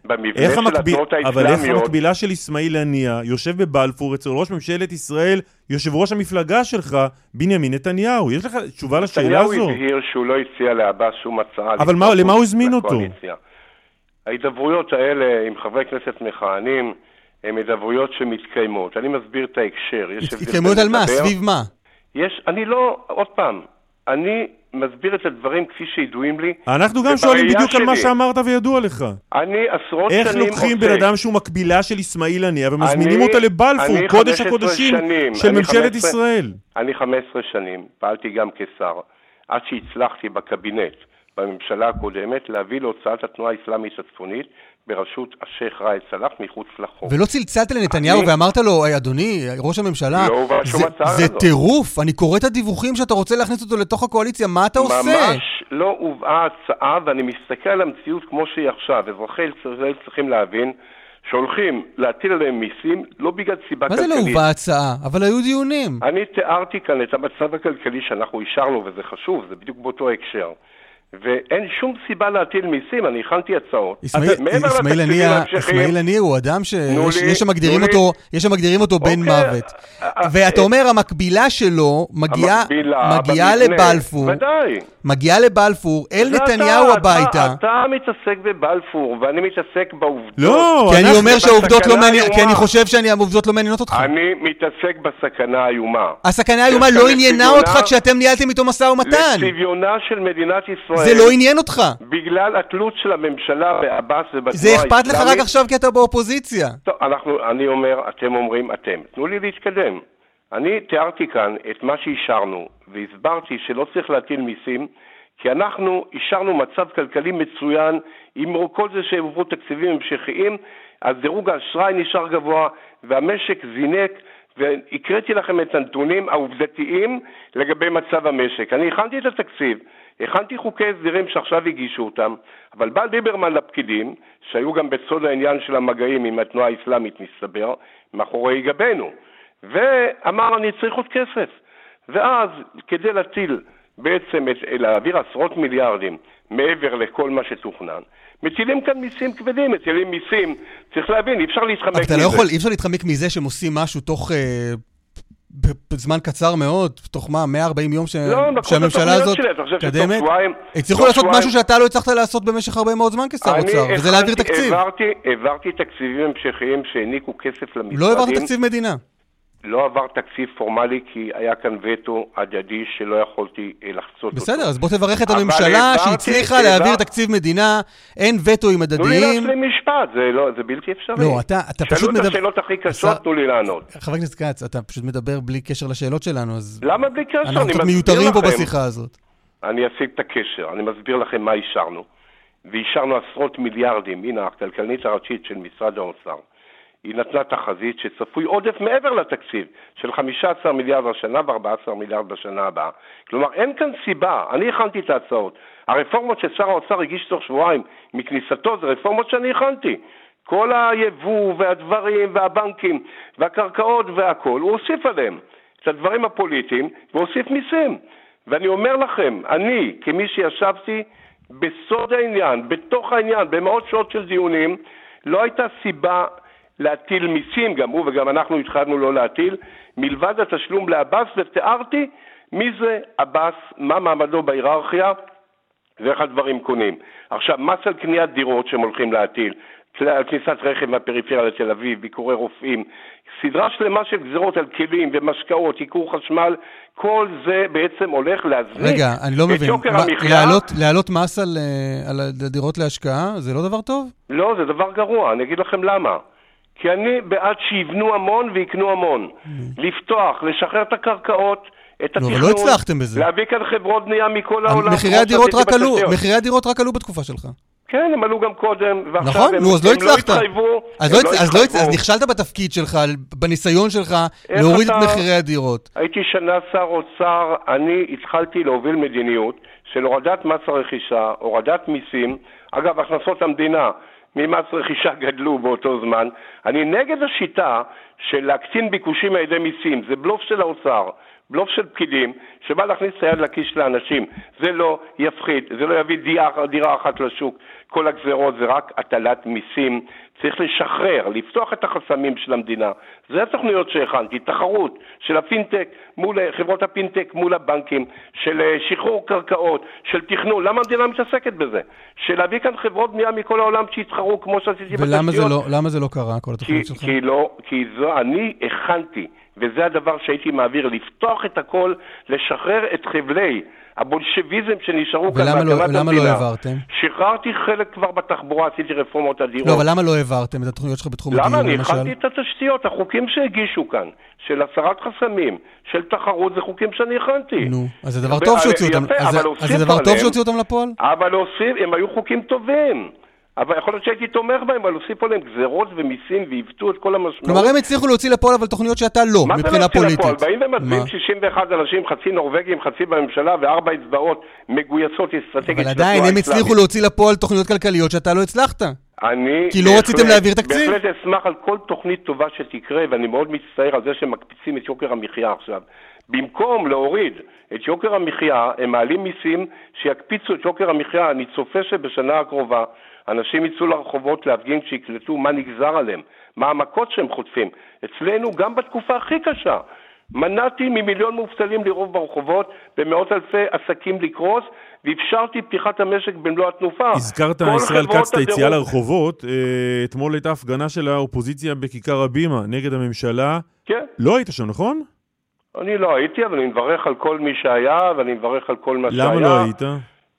אבל איך המקבילה של אסמאעיל הנייה יושב בבלפור אצל ראש ממשלת ישראל, יושב ראש המפלגה שלך, בנימין נתניהו? יש לך תשובה לשאלה הזו? נתניהו הבהיר שהוא לא הציע לעבאס שום הצעה. אבל למה הוא הזמין אותו? ההידברויות האלה עם חברי כנסת מכהנים הן הידברויות שמתקיימות. אני מסביר את ההקשר. התקיימות על מה? סביב מה? אני לא, עוד פעם, אני מסביר את הדברים כפי שידועים לי. אנחנו גם שואלים בדיוק על מה שאמרת וידוע לך. אני עשרות שנים... איך לוקחים בן אדם שהוא מקבילה של אסמאעיל הנייה ומזמינים אותה לבלפור, קודש הקודשים של ממשלת ישראל? אני 15 שנים, פעלתי גם כשר, עד שהצלחתי בקבינט, בממשלה הקודמת, להביא להוצאת התנועה האסלאמית הצפונית, בראשות השייח ראאד סלאח מחוץ לחוק. ולא צלצלת לנתניהו ואמרת לו, אדוני, ראש הממשלה, זה טירוף, אני קורא את הדיווחים שאתה רוצה להכניס אותו לתוך הקואליציה, מה אתה עושה? ממש לא הובאה הצעה, ואני מסתכל על המציאות כמו שהיא עכשיו. אזרחי ישראל צריכים להבין שהולכים להטיל עליהם מיסים, לא בגלל סיבה כלכלית. מה זה לא הובאה הצעה? אבל היו דיונים. אני תיארתי כאן את המצב הכלכלי שאנחנו אישרנו, וזה חשוב, זה בדיוק באותו הקשר. ואין שום סיבה להטיל מיסים, אני הכנתי הצעות. אסמאעיל הנייה הוא אדם שיש שמגדירים אותו בן מוות. ואתה אומר, המקבילה שלו מגיעה לבלפור. ודאי. מגיעה לבלפור, אל נתניהו הביתה. אתה מתעסק בבלפור, ואני מתעסק בעובדות. לא, כי אני אומר שהעובדות לא מעניינות, כי אני חושב שהעובדות לא מעניינות אותך. אני מתעסק בסכנה האיומה. הסכנה האיומה לא עניינה אותך כשאתם ניהלתם איתו משא ומתן. לצביונה של מדינת ישראל. זה לא עניין אותך. בגלל התלות של הממשלה בעבאס ובתנועה זה אכפת לך רק עכשיו כי אתה באופוזיציה. טוב, אני אומר, אתם אומרים אתם. תנו לי להתקדם. אני תיארתי כאן את מה שאישרנו, והסברתי שלא צריך להטיל מיסים, כי אנחנו אישרנו מצב כלכלי מצוין, עם כל זה שהעברו תקציבים המשכיים, אז דירוג האשראי נשאר גבוה, והמשק זינק, והקראתי לכם את הנתונים העובדתיים לגבי מצב המשק. אני הכנתי את התקציב, הכנתי חוקי הסדרים שעכשיו הגישו אותם, אבל בא ליברמן לפקידים, שהיו גם בצוד העניין של המגעים עם התנועה האסלאמית מסתבר, מאחורי גבנו, ואמר אני צריך עוד כסף. ואז כדי להטיל בעצם, להעביר עשרות מיליארדים מעבר לכל מה שתוכנן, מטילים כאן מיסים כבדים, מטילים מיסים, צריך להבין, אי אפשר להתחמק מזה. אבל אי אפשר להתחמק מזה שהם עושים משהו תוך בזמן קצר מאוד, תוך 140 יום שהממשלה הזאת קדמת. הצליחו לעשות משהו שאתה לא הצלחת לעשות במשך הרבה מאוד זמן כשר אוצר, וזה להעביר תקציב. העברתי תקציבים המשכיים שהעניקו כסף למשרדים. לא העברת תקציב מדינה. לא עבר תקציב פורמלי, כי היה כאן וטו הדדי שלא יכולתי לחצות אותו. בסדר, אז בוא תברך את הממשלה שהצליחה להעביר תקציב מדינה, אין וטוים הדדיים. תנו לי להשלים משפט, זה בלתי אפשרי. לא, אתה פשוט מדבר... שאלו את השאלות הכי קשות, תנו לי לענות. חבר הכנסת כץ, אתה פשוט מדבר בלי קשר לשאלות שלנו, אז... למה בלי קשר? אנחנו קצת מיותרים פה בשיחה הזאת. אני אשיג את הקשר, אני מסביר לכם מה אישרנו. ואישרנו עשרות מיליארדים, הנה, הכלכלנית הראשית של משרד האוצר. היא נתנה תחזית שצפוי עודף מעבר לתקציב של 15 מיליארד השנה ו14 מיליארד בשנה הבאה. כלומר, אין כאן סיבה. אני הכנתי את ההצעות. הרפורמות ששר האוצר הגיש תוך שבועיים מכניסתו, זה רפורמות שאני הכנתי. כל היבוא והדברים והבנקים והקרקעות והכל, הוא הוסיף עליהם את הדברים הפוליטיים והוסיף מיסים. ואני אומר לכם, אני, כמי שישבתי בסוד העניין, בתוך העניין, במאות שעות של דיונים, לא הייתה סיבה להטיל מיסים, גם הוא וגם אנחנו התחלנו לא להטיל, מלבד התשלום לאבס, ותיארתי מי זה אבס, מה מעמדו בהיררכיה ואיך הדברים קונים. עכשיו, מס על קניית דירות שהם הולכים להטיל, על כניסת רכב מהפריפריה לתל אביב, ביקורי רופאים, סדרה שלמה של גזירות על כלים ומשקאות, עיקור חשמל, כל זה בעצם הולך להזניק. רגע, אני לא מבין, להעלות מס על דירות להשקעה, זה לא דבר טוב? לא, זה דבר גרוע, אני אגיד לכם למה. כי אני בעד שיבנו המון ויקנו המון. לפתוח, לשחרר את הקרקעות, את התכנון. אבל לא הצלחתם בזה. להביא כאן חברות בנייה מכל העולם. מחירי הדירות רק עלו בתקופה שלך. כן, הם עלו גם קודם. נכון, נו, אז לא הצלחת. אז נכשלת בתפקיד שלך, בניסיון שלך, להוריד את מחירי הדירות. הייתי שנה שר אוצר, אני התחלתי להוביל מדיניות של הורדת מס הרכישה, הורדת מיסים, אגב, הכנסות המדינה, ממס רכישה גדלו באותו זמן. אני נגד השיטה של להקטין ביקושים על ידי מיסים. זה בלוף של האוצר, בלוף של פקידים, שבא להכניס את היד לכיס לאנשים. זה לא יפחית, זה לא יביא דירה אחת לשוק. כל הגזרות זה רק הטלת מיסים. צריך לשחרר, לפתוח את החסמים של המדינה. זה התוכניות שהכנתי, תחרות של הפינטק מול חברות הפינטק מול הבנקים, של שחרור קרקעות, של תכנון. למה המדינה מתעסקת בזה? של להביא כאן חברות בנייה מכל העולם שיתחרו כמו שעשיתי בתשתיות. ולמה זה לא קרה, כל התוכניות שלך? כי אני הכנתי, וזה הדבר שהייתי מעביר, לפתוח את הכל, לשחרר את חבלי הבולשביזם שנשארו כאן בהקמת המדינה. ולמה לא העברתם? שחררתי חלק כבר בתחבורה, עשיתי רפורמות אדירות. לא, אבל למה לא העברתם את התוכניות שלך בתחום הדיור, למה? למשל? אני הכנתי את התשתיות, החוקים שהגישו כאן, של הסרת חסמים, של תחרות, זה חוקים שאני הכנתי. נו, אז זה דבר טוב שהוציאו אותם. אז זה דבר טוב שהוציאו אותם לפועל? אבל הם היו חוקים טובים. אבל יכול להיות שהייתי תומך בהם, אבל הוסיפו להם גזרות ומיסים והבטו את כל המשמעות. כלומר, הם הצליחו להוציא לפועל, אבל תוכניות שאתה לא, מבחינה פוליטית. מה זה להוציא לפועל? באים ומצביעים 61 אנשים, חצי נורווגים, חצי בממשלה, ו4 אצבעות מגויסות אסטרטגית. אבל עדיין הם הצליחו להוציא לפועל תוכניות כלכליות שאתה לא הצלחת. כי לא רציתם להעביר תקציב. בהחלט אשמח על כל תוכנית טובה שתקרה, ואני מאוד מצטער על זה שמקפיצים את יוקר המחיה עכשיו. במקום להוריד את יוקר המחיה, הם מעלים מיסים שיקפיצו את יוקר המחיה. אני צופה שבשנה הקרובה אנשים יצאו לרחובות להפגין שיקלטו מה נגזר עליהם, מה המכות שהם חוטפים. אצלנו גם בתקופה הכי קשה, מנעתי ממיליון מובטלים לרוב ברחובות, במאות אלפי עסקים לקרוס, ואפשרתי פתיחת המשק במלוא התנופה. הזכרת ישראל כץ את היציאה לרחובות, אתמול הייתה הפגנה של האופוזיציה בכיכר הבימה נגד הממשלה. כן. לא היית שם, נכון? אני לא הייתי, אבל אני מברך על כל מי שהיה, ואני מברך על כל מה שהיה. למה לא היית?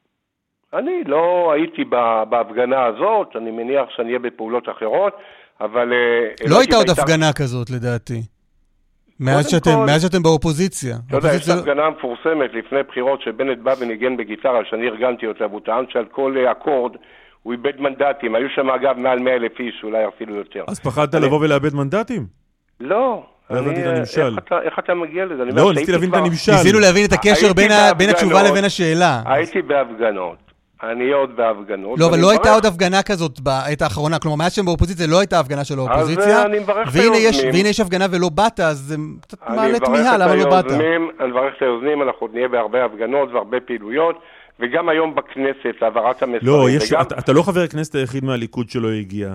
אני לא הייתי בהפגנה הזאת, אני מניח שאני אהיה בפעולות אחרות, אבל... לא הייתה עוד הפגנה כזאת, לדעתי. מאז שאתם באופוזיציה. אתה יודע, יש הפגנה מפורסמת לפני בחירות שבנט בא וניגן בגיטרה, שאני ארגנתי אותה, והוא טען שעל כל אקורד הוא איבד מנדטים. היו שם אגב מעל 100,000 איש, אולי אפילו יותר. אז פחדת לבוא ולאבד מנדטים? לא. לא הבנתי את הנמשל. איך אתה מגיע לזה? לא, ניסיתי להבין את הנמשל. ניסינו להבין את הקשר בין התשובה לבין השאלה. הייתי בהפגנות. אני עוד בהפגנות. לא, אבל לא הייתה עוד הפגנה כזאת בעת האחרונה. כלומר, מאז שהם באופוזיציה, לא הייתה הפגנה של האופוזיציה. אז אני מברך את היוזמים. והנה יש הפגנה ולא באת, אז זה קצת מעלה תמיהה, למה לא באת? אני מברך את היוזמים, אנחנו נהיה בהרבה הפגנות והרבה פעילויות, וגם היום בכנסת, העברת המסרים. לא, אתה לא חבר הכנסת היחיד מהליכוד שלא הגיע.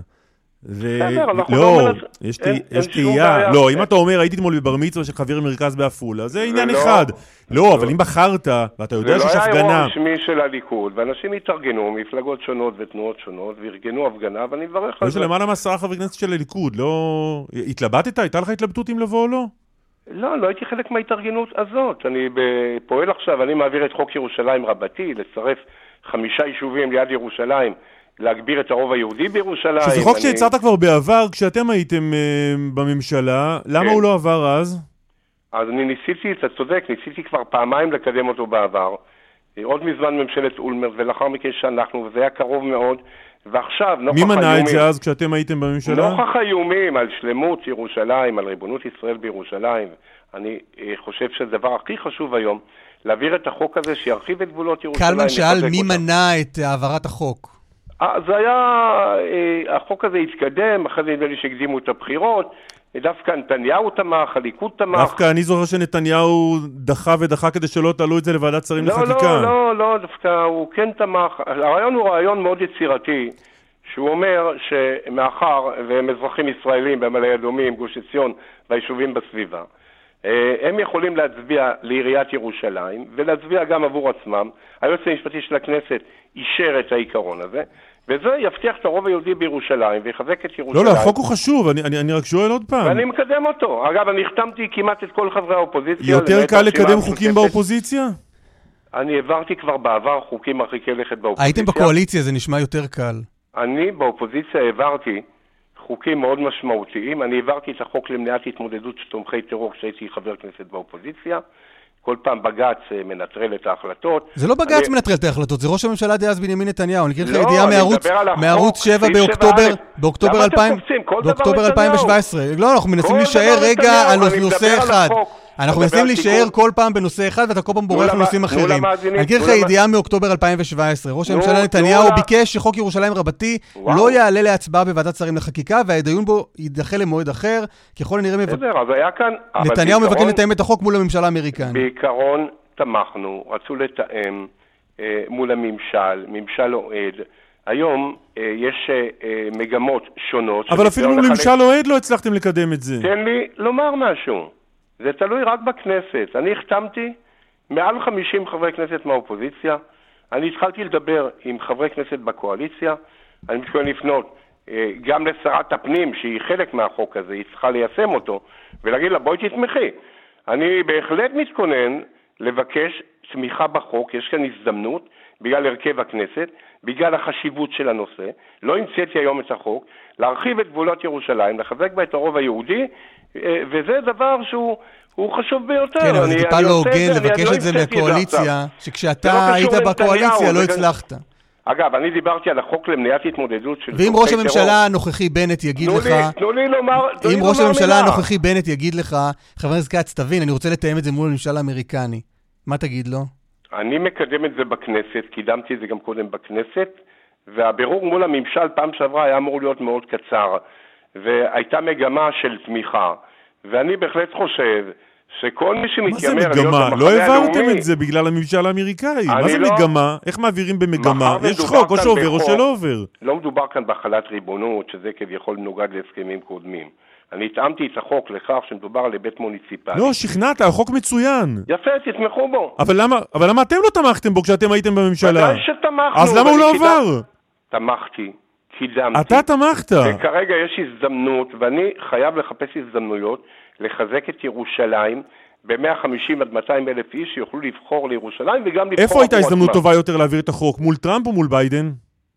לא, יש תהייה. לא, אם אתה אומר, הייתי אתמול בבר מצווה של חבר מרכז בעפולה, זה עניין אחד. לא, אבל אם בחרת, ואתה יודע שיש הפגנה... זה לא היה אירוע רשמי של הליכוד, ואנשים התארגנו, מפלגות שונות ותנועות שונות, וארגנו הפגנה, ואני מברך על זה. יש למעלה מ10 חברי כנסת של הליכוד, לא... התלבטת? הייתה לך התלבטות אם לבוא או לא? לא הייתי חלק מההתארגנות הזאת. אני פועל עכשיו, אני מעביר את חוק ירושלים רבתי, לצרף 5 יישובים ליד ירושלים, להגביר את הרוב היהודי בירושלים. שזה חוק שהצעת כבר בעבר, כשאתם הייתם בממשלה, למה הוא לא עבר אז? אז אני ניסיתי, אתה צודק, ניסיתי כבר פעמיים לקדם אותו בעבר, עוד מזמן ממשלת אולמרט, ולאחר מכן שאנחנו, וזה היה קרוב מאוד, ועכשיו, נוכח האיומים... מי מנע את זה אז כשאתם הייתם בממשלה? נוכח האיומים על שלמות ירושלים, על ריבונות ישראל בירושלים, אני חושב שהדבר הכי חשוב היום, להעביר את החוק הזה שירחיב את גבולות ירושלים. קלמן שאל מי מנע את העברת החוק. זה היה, החוק הזה התקדם, אחרי זה נדמה לי שהקדימו את הבחירות, דווקא נתניהו תמך, הליכוד תמך. דווקא אני זוכר שנתניהו דחה ודחה כדי שלא תעלו את זה לוועדת שרים לחקיקה. לא, דווקא הוא כן תמך. הרעיון הוא רעיון מאוד יצירתי, שהוא אומר שמאחר והם אזרחים ישראלים במעלה אדומים, גוש עציון והיישובים בסביבה, הם יכולים להצביע לעיריית ירושלים ולהצביע גם עבור עצמם. היועץ המשפטי של הכנסת אישר את העיקרון הזה, וזה יבטיח את הרוב היהודי בירושלים ויחזק את ירושלים. לא, החוק הוא חשוב, אני רק שואל עוד פעם. ואני מקדם אותו. אגב, אני החתמתי כמעט את כל חברי האופוזיציה. יותר קל לקדם חוקים באופוזיציה? אני העברתי כבר בעבר חוקים מרחיקי לכת באופוזיציה. הייתם בקואליציה, זה נשמע יותר קל. אני באופוזיציה העברתי חוקים מאוד משמעותיים. אני העברתי את החוק למניעת התמודדות של תומכי טרור כשהייתי חבר כנסת באופוזיציה. כל פעם בג"ץ מנטרל את ההחלטות. זה לא בג"ץ מנטרל את ההחלטות, זה ראש הממשלה דאז בנימין נתניהו. אני אקריא לך ידיעה מערוץ 7 באוקטובר 2017. לא, אנחנו מנסים להישאר רגע על נושא אחד. אנחנו מנסים להישאר כל פעם בנושא אחד, ואתה כל פעם בורח לנושאים אחרים. אני אקריא לך ידיעה מאוקטובר 2017. ראש הממשלה נתניהו ביקש שחוק ירושלים רבתי לא יעלה להצבעה בוועדת שרים לחקיקה, והדיון בו יידחה למועד אחר. ככל הנראה נתניהו מבקש לתאם את החוק מול הממשלה האמריקנית. בעיקרון תמכנו, רצו לתאם מול הממשל, ממשל אוהד. היום יש מגמות שונות. אבל אפילו מול ממשל אוהד לא הצלחתם לקדם את זה. תן לי לומר משהו. זה תלוי רק בכנסת. אני החתמתי מעל 50 חברי כנסת מהאופוזיציה. אני התחלתי לדבר עם חברי כנסת בקואליציה. אני מתכוון לפנות גם לשרת הפנים, שהיא חלק מהחוק הזה, היא צריכה ליישם אותו, ולהגיד לה, בואי תתמכי. אני בהחלט מתכונן לבקש תמיכה בחוק. יש כאן הזדמנות, בגלל הרכב הכנסת, בגלל החשיבות של הנושא. לא המצאתי היום את החוק, להרחיב את גבולות ירושלים, לחזק בה את הרוב היהודי, וזה דבר שהוא חשוב ביותר. כן, אבל זה טיפה לא הוגן לבקש את זה מהקואליציה, שכשאתה היית בקואליציה לא הצלחת. אגב, אני דיברתי על החוק למניעת התמודדות של... ואם ראש הממשלה הנוכחי בנט יגיד לך... תנו לי לומר... אם ראש הממשלה הנוכחי בנט יגיד לך, חבר הכנסת כץ, תבין, אני רוצה לתאם את זה מול הממשל האמריקני. מה תגיד לו? אני מקדם את זה בכנסת, קידמתי את זה גם קודם בכנסת, והבירור מול הממשל פעם שעברה היה אמור להיות מאוד קצר, והייתה מגמה של תמיכה, ואני בהחלט חושב שכל מי שמתיימר להיות המחנה הלאומי... לא העברתם את זה בגלל הממשל האמריקאי. מה זה מגמה? איך מעבירים במגמה? יש חוק או שעובר או שלא עובר. לא מדובר כאן בהחלת ריבונות, שזה כביכול מנוגד להסכמים קודמים. אני התאמתי את החוק לכך שמדובר על היבט מוניציפלי. לא, שכנעת, החוק מצוין. יפה, תתמכו בו. אבל למה אתם לא תמכתם בו כשאתם הייתם בממשלה? ודאי שתמכנו. אז למה הוא לא עבר? תמכתי, קידמתי. אתה תמכת. וכרגע יש הזדמנות, ואני חייב לחפש הזדמנויות, לחזק את ירושלים ב-150 עד 200 אלף איש שיוכלו לבחור לירושלים וגם לבחור... איפה הייתה הזדמנות טובה יותר להעביר את החוק? מול טראמפ או מול ביידן?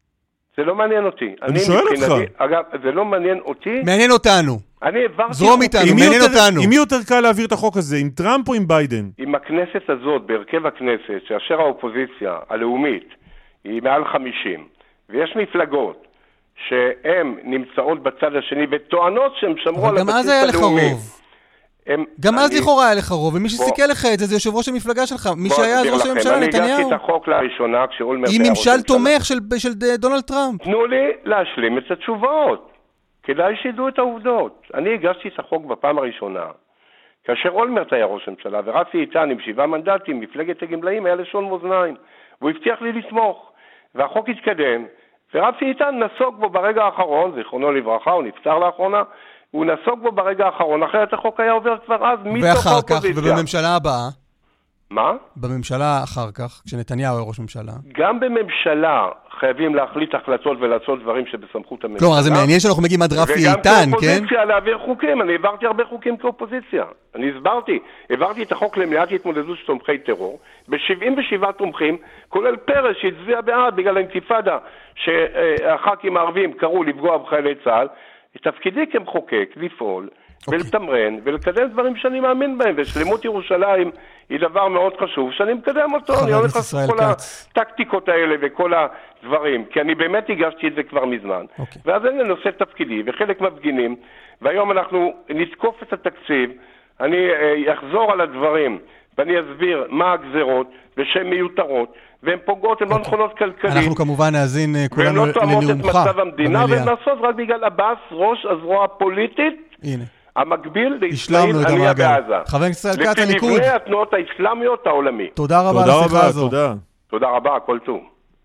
זה לא מעניין אותי. אני שואל אותך. אגב, זה לא מעניין אותי. מעניין אותנו. אני העברתי... זרום איתנו, מעניין אותנו. עם מי יותר קל להעביר את החוק הזה? עם טראמפ או עם ביידן? עם הכנסת הזאת, בהרכב הכנסת, שאשר האופוזיציה הלאומית היא מעל 50, ויש מפלגות שהן נמצאות בצד השני וטוענות שהן שמרו על הבסיס הלאומי. גם אז לכאורה היה לך רוב, ומי שסיכל לך את זה, זה יושב ראש המפלגה שלך, מי שהיה אז ראש הממשלה, נתניהו. אני הגשתי את החוק לראשונה כשאולמרט היה עם ממשל תומך של דונלד טראמפ. תנו לי להשלים את התשובות. כדאי שידעו את העובדות. אני הגשתי את החוק בפעם הראשונה, כאשר אולמרט היה ראש הממשלה, ורפי איתן עם 7 מנדטים, מפלגת הגמלאים, היה לשון מאזניים. והוא הבטיח לי לתמוך. והחוק התקדם, ורפי איתן נסוג בו ברגע האחרון, זיכרונו לברכה, הוא נפטר לאחרונה, הוא נסוג בו ברגע האחרון, אחרת החוק היה עובר כבר אז מתוך האופוזיציה. ואחר כך, ובממשלה הבאה? מה? בממשלה אחר כך, כשנתניהו היה ראש ממשלה. גם בממשלה חייבים להחליט החלטות ולעשות דברים שבסמכות הממשלה. כלומר, זה מעניין שאנחנו מגיעים עד רפי איתן, כן? וגם כאופוזיציה להעביר חוקים, אני העברתי הרבה חוקים כאופוזיציה. אני העברתי את החוק למניעת התמודדות של תומכי טרור, ב-77 תומכים, כולל פרס שהצביע בעד בגלל האינתיפאדה שהח"כים הערבים קראו לפגוע בחיילי צה"ל. תפקידי כמחוקק לפעול ולתמרן ולקדם דברים שאני מאמין בהם, ושלמות ירושלים היא דבר מאוד חשוב שאני מקדם אותו. אני הולך לעשות כל הטקטיקות האלה וכל הדברים, כי אני באמת הגשתי את זה כבר מזמן. ואז אין לנושא תפקידי וחלק מפגינים, והיום אנחנו נתקוף את התקציב, אני אחזור על הדברים ואני אסביר מה הגזרות ושהן מיותרות והן פוגעות, הן לא נכונות כלכלית. אנחנו כמובן נאזין כולנו לנאומך. והן לא תואמות את מצב המדינה, והן נעשות רק בגלל הבאס, ראש הזרוע הפוליטית, המקביל לישראל עלייה בעזה. חבר הכנסת ישראל כץ, הליכוד. לפי מבנה התנועות האסלאמיות העולמי. תודה רבה על השיחה הזו. תודה רבה, הכל טוב.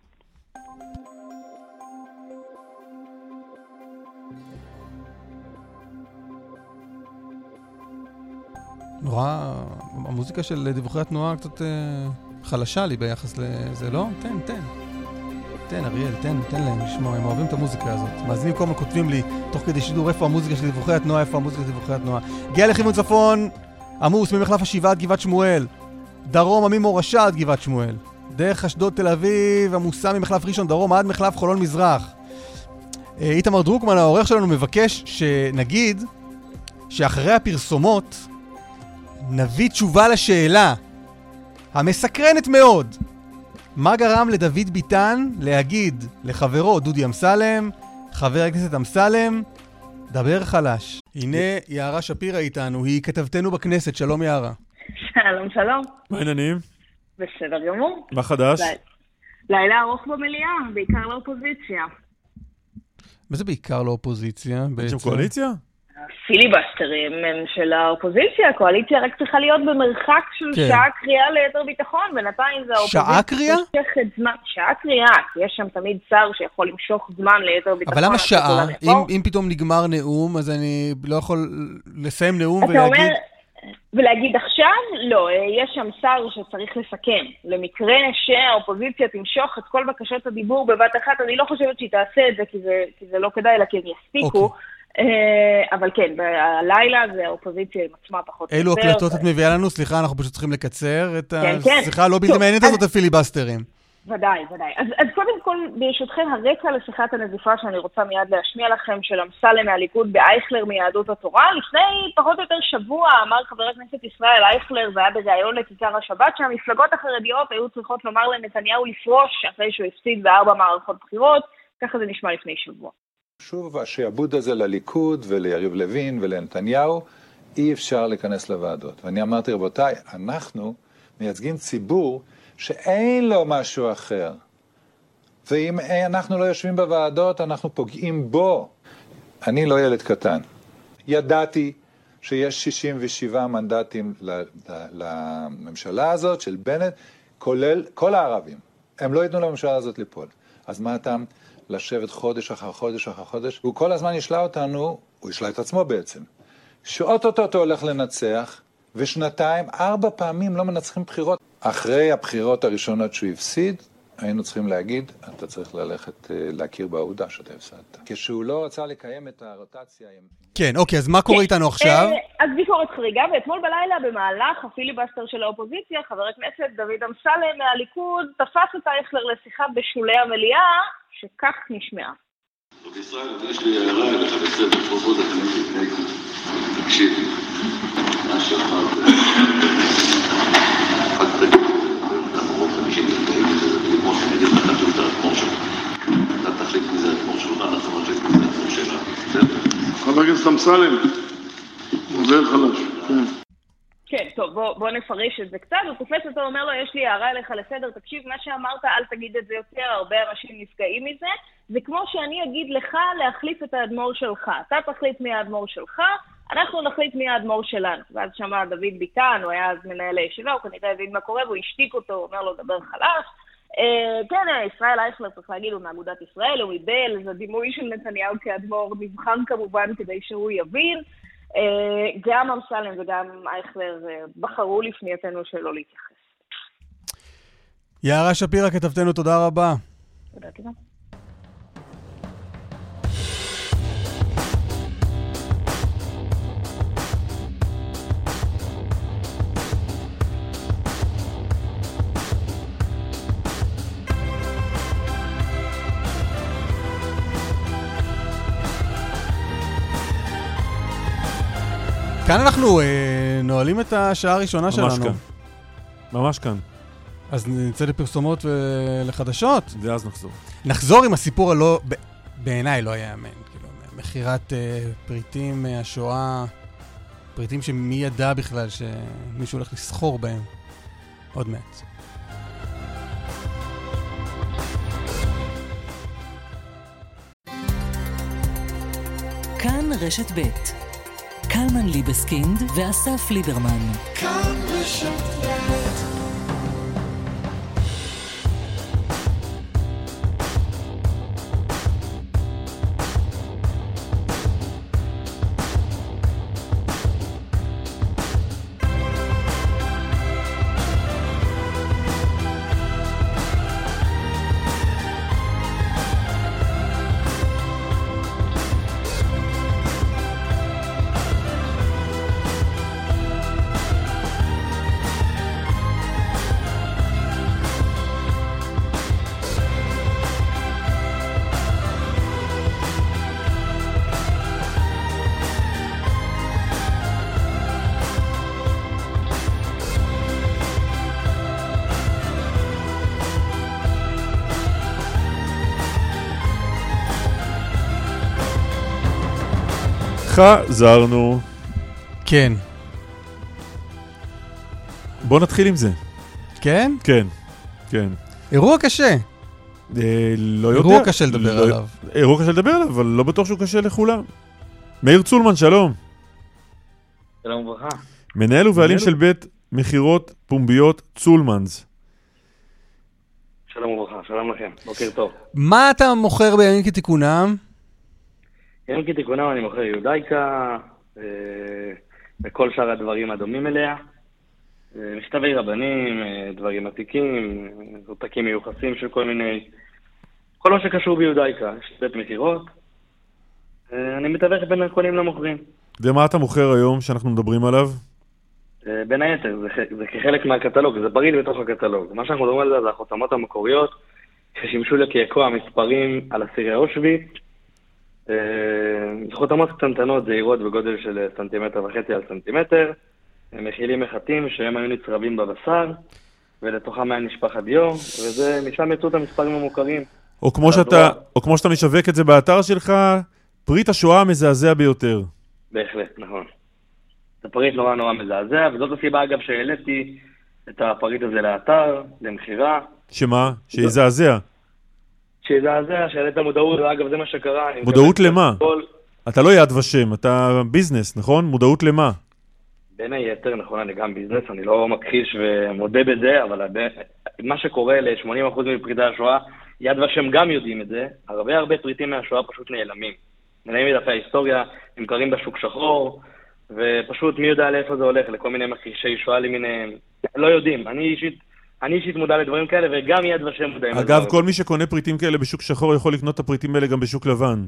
נורא, המוזיקה של דיווחי התנועה קצת חלשה לי ביחס לזה, לא? תן, אריאל, תן להם לשמוע, הם אוהבים את המוזיקה הזאת. מאזינים כל מה כותבים לי, תוך כדי שידור, איפה המוזיקה של דיווחי התנועה, איפה המוזיקה של דיווחי התנועה. הגיע לכיוון צפון, עמוס ממחלף השבעה עד גבעת שמואל, דרום ממורשה עד גבעת שמואל, דרך אשדוד תל אביב, עמוסה ממחלף ראשון דרום עד מחלף חולון מזרח. איתמר דרוקמן, העורך שלנו, מבקש שנגיד שאחרי הפרסומות נביא תשובה לשאלה המסקרנת מאוד. מה גרם לדוד ביטן להגיד לחברו דודי אמסלם, חבר הכנסת אמסלם, דבר חלש? הנה יערה שפירא איתנו, היא כתבתנו בכנסת. שלום יערה. שלום. מה העניינים? בסדר גמור. מה חדש? לילה ארוך במליאה, בעיקר לאופוזיציה. מה זה בעיקר לאופוזיציה? יש שם קואליציה? פיליבסטרים של האופוזיציה, הקואליציה רק צריכה להיות במרחק של שעה קריאה ליתר ביטחון, בינתיים זה האופוזיציה. שעה קריאה? שעה קריאה, כי יש שם תמיד שר שיכול למשוך זמן ליתר ביטחון. אבל למה שעה? אם פתאום נגמר נאום, אז אני לא יכול לסיים נאום ולהגיד... ולהגיד עכשיו? לא, יש שם שר שצריך לסכם. למקרה שהאופוזיציה תמשוך את כל בקשות הדיבור בבת אחת, אני לא חושבת שהיא תעשה את זה, כי זה לא כדאי לה, כי הם יספיקו. אבל כן, הלילה זה האופוזיציה עם עצמה פחות או יותר. אילו הקלטות את מביאה לנו? סליחה, אנחנו פשוט צריכים לקצר את השיחה הלא בלתי מעניינת הזאת, הפיליבסטרים. ודאי. אז קודם כל, ברשותכם, הרקע לשיחת הנזיפה שאני רוצה מיד להשמיע לכם, של אמסלם מהליכוד באייכלר מיהדות התורה. לפני פחות או יותר שבוע אמר חבר הכנסת ישראל אייכלר, והיה בראיון לכיכר השבת, שהמפלגות החרדיות היו צריכות לומר לנתניהו לפרוש אחרי שהוא הפסיד ב4 מערכות בחירות. ככה זה נשמע לפני שבוע. שוב, השעבוד הזה לליכוד וליריב לוין ולנתניהו, אי אפשר להיכנס לוועדות. ואני אמרתי, רבותיי, אנחנו מייצגים ציבור שאין לו משהו אחר. ואם אנחנו לא יושבים בוועדות, אנחנו פוגעים בו. אני לא ילד קטן. ידעתי שיש 67 מנדטים לממשלה הזאת של בנט, כולל כל הערבים. הם לא ייתנו לממשלה הזאת ליפול. אז מה הטעם? לשבת חודש אחר חודש אחר חודש, והוא כל הזמן ישלה אותנו, הוא ישלה את עצמו בעצם, שאוטוטו הולך לנצח, ושנתיים, 4 פעמים לא מנצחים בחירות. אחרי הבחירות הראשונות שהוא הפסיד, היינו צריכים להגיד, אתה צריך ללכת להכיר בעובדה שאתה הפסדת. כשהוא לא רצה לקיים את הרוטציה... כן, אוקיי, אז מה קורה איתנו עכשיו? אז ביקורת חריגה, ואתמול בלילה במהלך הפיליבסטר של האופוזיציה, חבר הכנסת דוד אמסלם מהליכוד תפס את אייכלר לשיחה בשולי המליאה, שכך נשמעה. ישראל, יש לי הערה אליך בסדר, פרופוד הכנסת, תקשיב, מה שאחר אחד תגיד, אנחנו רוב 50 נתקעים את זה, כמו שנגיד לך תחליט את האדמור שלך, אתה תחליט מזה האדמור שלך, אנחנו תחליט מזה האדמור שלך, בסדר? חבר הכנסת אמסלם, דבר חלש. כן, טוב, בוא נפרש את זה קצת. הוא תופס אותו, אומר לו, יש לי הערה אליך לסדר, תקשיב, מה שאמרת, אל תגיד את זה יותר, הרבה אנשים נפגעים מזה. זה כמו שאני אגיד לך להחליף את האדמו"ר שלך. אתה תחליט מי האדמו"ר שלך, אנחנו נחליט מי האדמו"ר שלנו. ואז שמע דוד ביטן, הוא היה אז מנהל הישיבה, הוא כנראה הבין מה קורה, והוא השתיק אותו, הוא אומר לו, דבר חלש. כן, ישראל אייכלר, צריך להגיד, הוא מאגודת ישראל, הוא איבל, זה דימוי של נתניהו כאדמו"ר, נבחן כמובן כדי שהוא יבין. גם אמסלם וגם אייכלר בחרו לפנייתנו שלא להתייחס. יערה שפירא, כתבתנו, תודה רבה. תודה, תודה. כאן אנחנו נועלים את השעה הראשונה שלנו. ממש כאן. ממש כאן. אז נצא לפרסומות ולחדשות. ואז נחזור. נחזור עם הסיפור הלא, בעיניי לא היה אמן. כאילו, מחירת פריטים מהשואה, פריטים שמי ידע בכלל שמישהו הולך לסחור בהם. עוד מעט. כאן רשת ב' קלמן ליבסקינד ואסף ליברמן. כאן רשת ב'. חזרנו. כן. בוא נתחיל עם זה. כן? כן, כן. אירוע קשה. לא יודע. אירוע קשה לדבר עליו. אירוע קשה לדבר עליו, אבל לא בטוח שהוא קשה לכולם. מאיר צולמן, שלום. שלום וברכה. מנהל ובעלים של בית מחירות פומביות צולמנס. שלום וברכה, שלום לכם, בוקר טוב. מה אתה מוכר בימים כתיקונם? בימים כתיקונם אני מוכר יודאיקה, וכל שאר הדברים הדומים אליה. מכתבי רבנים, דברים עתיקים, עותקים מיוחסים של כל מיני... כל מה שקשור ביודאיקה, יש בית מחירות. אני מתווך בין הקונים למוכרים. ומה אתה מוכר היום שאנחנו מדברים עליו? בין היתר, זה כחלק מהקטלוג, זה פריט בתוך הקטלוג. מה שאנחנו מדברים על זה, זה החותמות המקוריות, ששימשו לקעקוע המספרים על אסירי אושוויץ. זה חותמות קטנטנות, זעירות בגודל של סנטימטר וחצי על סנטימטר. הם מכילים מחטים שהם היו נצרבים בבשר, ולתוכם היה נשפך הדיו, וזה משם יצאו את המספרים המוכרים. או כמו שאתה משווק את זה באתר שלך, פריט השואה המזעזע ביותר. בהחלט, נכון. זה פריט נורא נורא מזעזע, וזאת הסיבה אגב שהעליתי את הפריט הזה לאתר, למחירה. שמה? שיזעזע. שיזעזע, שהעלית מודעות, ואגב זה מה שקרה. מודעות למה? אתה לא יד ושם, אתה ביזנס, נכון? מודעות למה? בין היתר, נכון, אני גם ביזנס, אני לא מכחיש ומודה בזה, אבל מה שקורה ל-80% מפריטי השואה, יד ושם גם יודעים את זה, הרבה פריטים מהשואה פשוט נעלמים. נעלמים מדפי ההיסטוריה, נמכרים בשוק שחור, ופשוט מי יודע לאיפה זה הולך, לכל מיני מכחישי שואה למיניהם, לא יודעים. אני אישית מודע לדברים כאלה, וגם יד ושם מודעים. אגב, כל מי שקונה פריטים כאלה בשוק שחור יכול לקנות את הפריטים האלה גם בשוק לבן.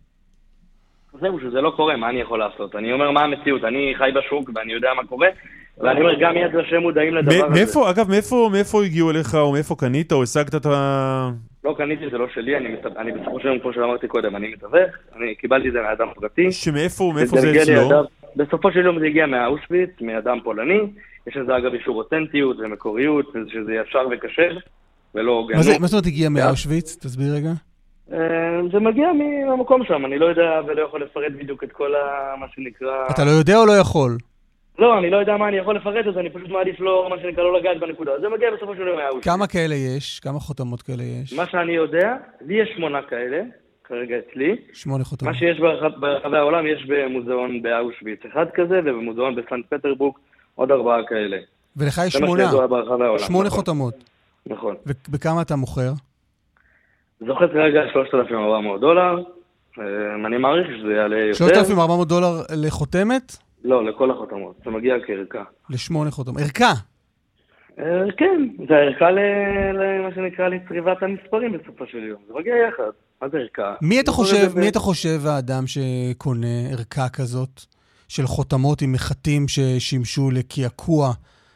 זהו, שזה לא קורה, מה אני יכול לעשות? אני אומר מה המציאות, אני חי בשוק ואני יודע מה קורה, ואני אומר גם יד ושם מודעים לדבר הזה. אגב, מאיפה הגיעו אליך, או מאיפה קנית, או השגת את ה... לא קניתי, זה לא שלי, אני בסופו של יום, כמו שאמרתי קודם, אני מתווך, אני קיבלתי את זה מאדם פרטי. שמאיפה זה אצלו? בסופו של יום זה הגיע מהאושוויץ, מאדם פולני, יש לזה אגב אישור אותנטיות ומקוריות, שזה ישר וקשר, ולא גנות. מה זאת אומרת הגיע מהאושוויץ? תסביר רגע. זה מגיע מהמקום שם, אני לא יודע ולא יכול לפרט בדיוק את כל מה שנקרא... אתה לא יודע או לא יכול? לא, אני לא יודע מה אני יכול לפרט את זה, אני פשוט מעדיף לא, מה שנקרא, לא לגעת בנקודה. זה מגיע בסופו של יום מהאוש. כמה כאלה יש? כמה חותמות כאלה יש? מה שאני יודע, לי יש 8 כאלה, כרגע אצלי. 8 חותמות. מה שיש ברחבי העולם, יש במוזיאון באושוויץ 1 כזה, ובמוזיאון בסנט פטרבורג עוד 4 כאלה. ולך יש 8 חותמות. נכון. ובכמה אתה מוכר? זוכר כרגע $3,400. אני מעריך שזה יעלה יותר. $3,400 לחותמת? לא, לכל החותמות. זה מגיע כערכה. ל8 חותמות. ערכה? כן, זה הערכה למה שנקרא לצריבת המספרים בסופו של יום. זה מגיע יחד. מה זה ערכה? מי אתה חושב האדם שקונה ערכה כזאת של חותמות עם מחטים ששימשו לקעקוע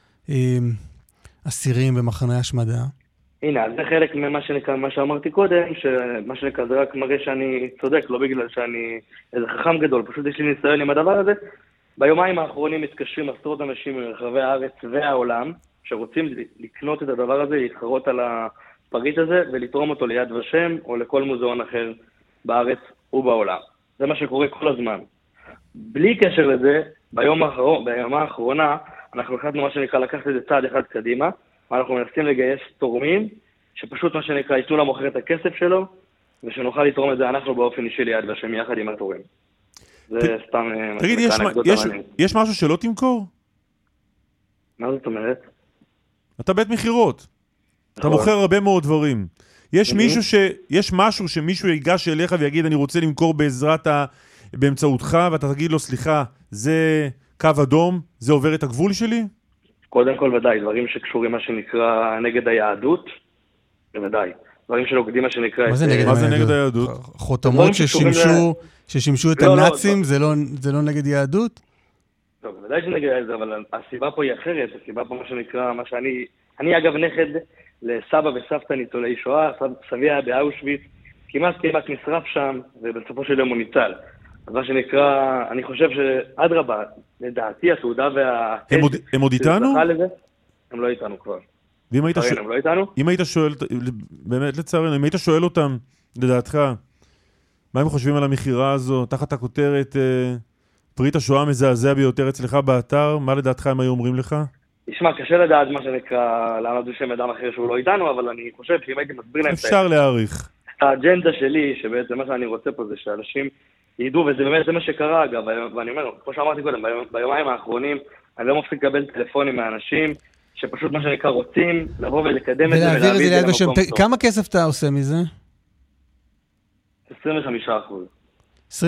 אסירים במחנה השמדה? הנה, זה חלק ממה שנקרא, מה שאמרתי קודם, שמה שנקרא זה רק מראה שאני צודק, לא בגלל שאני איזה חכם גדול, פשוט יש לי ניסיון עם הדבר הזה. ביומיים האחרונים מתקשרים עשרות אנשים מרחבי הארץ והעולם, שרוצים לקנות את הדבר הזה, להתחרות על הפריט הזה, ולתרום אותו ליד ושם, או לכל מוזיאון אחר בארץ ובעולם. זה מה שקורה כל הזמן. בלי קשר לזה, ביום האחרונה, אנחנו החלטנו מה שנקרא לקחת את זה צעד אחד קדימה, ואנחנו מנסים לגייס תורמים, שפשוט מה שנקרא ייתנו למוכר את הכסף שלו, ושנוכל לתרום את זה אנחנו באופן אישי ליד ושם יחד עם התורם. זה סתם... תגיד, יש משהו שלא תמכור? מה זאת אומרת? אתה בית מחירות. אתה מוכר הרבה מאוד דברים. יש משהו שמישהו ייגש אליך ויגיד, אני רוצה למכור באמצעותך, ואתה תגיד לו, סליחה, זה קו אדום, זה עובר את הגבול שלי? קודם כל ודאי, דברים שקשורים מה שנקרא נגד היהדות, בוודאי. דברים שנוגדים מה שנקרא... מה זה נגד היהדות? חותמות ששימשו את הנאצים, זה לא נגד יהדות? לא, בוודאי שנגד היהדות, אבל הסיבה פה היא אחרת, הסיבה פה מה שנקרא, מה שאני... אני אגב נכד לסבא וסבתא ניצולי שואה, סבי היה באושוויץ, כמעט נשרף שם, ובסופו של יום הוא ניצל. אז מה שנקרא, אני חושב שאדרבה, לדעתי התעודה הם עוד איתנו? הם לא איתנו כבר. אם היית שואל, באמת לצערנו, אם היית שואל אותם, לדעתך, מה הם חושבים על המחירה הזו, תחת הכותרת פריט השואה מזעזע ביותר אצלך באתר, מה לדעתך הם היו אומרים לך? תשמע, קשה לדעת מה שנקרא, לענות בשם אדם אחר שהוא לא איתנו, אבל אני חושב שאם הייתי מסביר להם... אפשר להעריך. האג'נדה שלי, שבעצם מה שאני רוצה פה זה שאנשים ידעו, וזה באמת זה מה שקרה אגב, ואני אומר, כמו שאמרתי קודם, ביומיים האחרונים, אני לא מפסיק לקבל טלפונים מאנשים, שפשוט מה שנקרא רוצים לבוא ולקדם את זה ולהעביר את זה ליד ושם. כמה כסף אתה עושה מזה? 25%. 25%.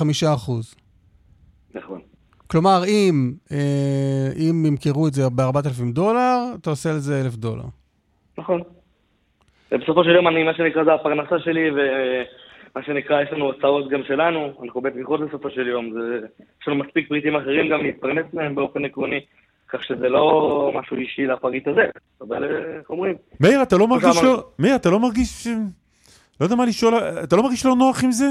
נכון. כלומר, אם ימכרו את זה $4,000, אתה עושה על זה $1,000. נכון. ובסופו של יום, מה שנקרא, זה הפרנסה שלי, ומה שנקרא, יש לנו הוצאות גם שלנו, אנחנו בית מחירות בסופו של יום, יש לנו מספיק פריטים אחרים גם להתפרנס מהם באופן עקרוני, כך שזה לא משהו אישי לפריט הזה, אבל איך אומרים? מאיר, אתה לא מרגיש, לא יודע מה לשאול, אתה לא מרגיש לא נוח עם זה?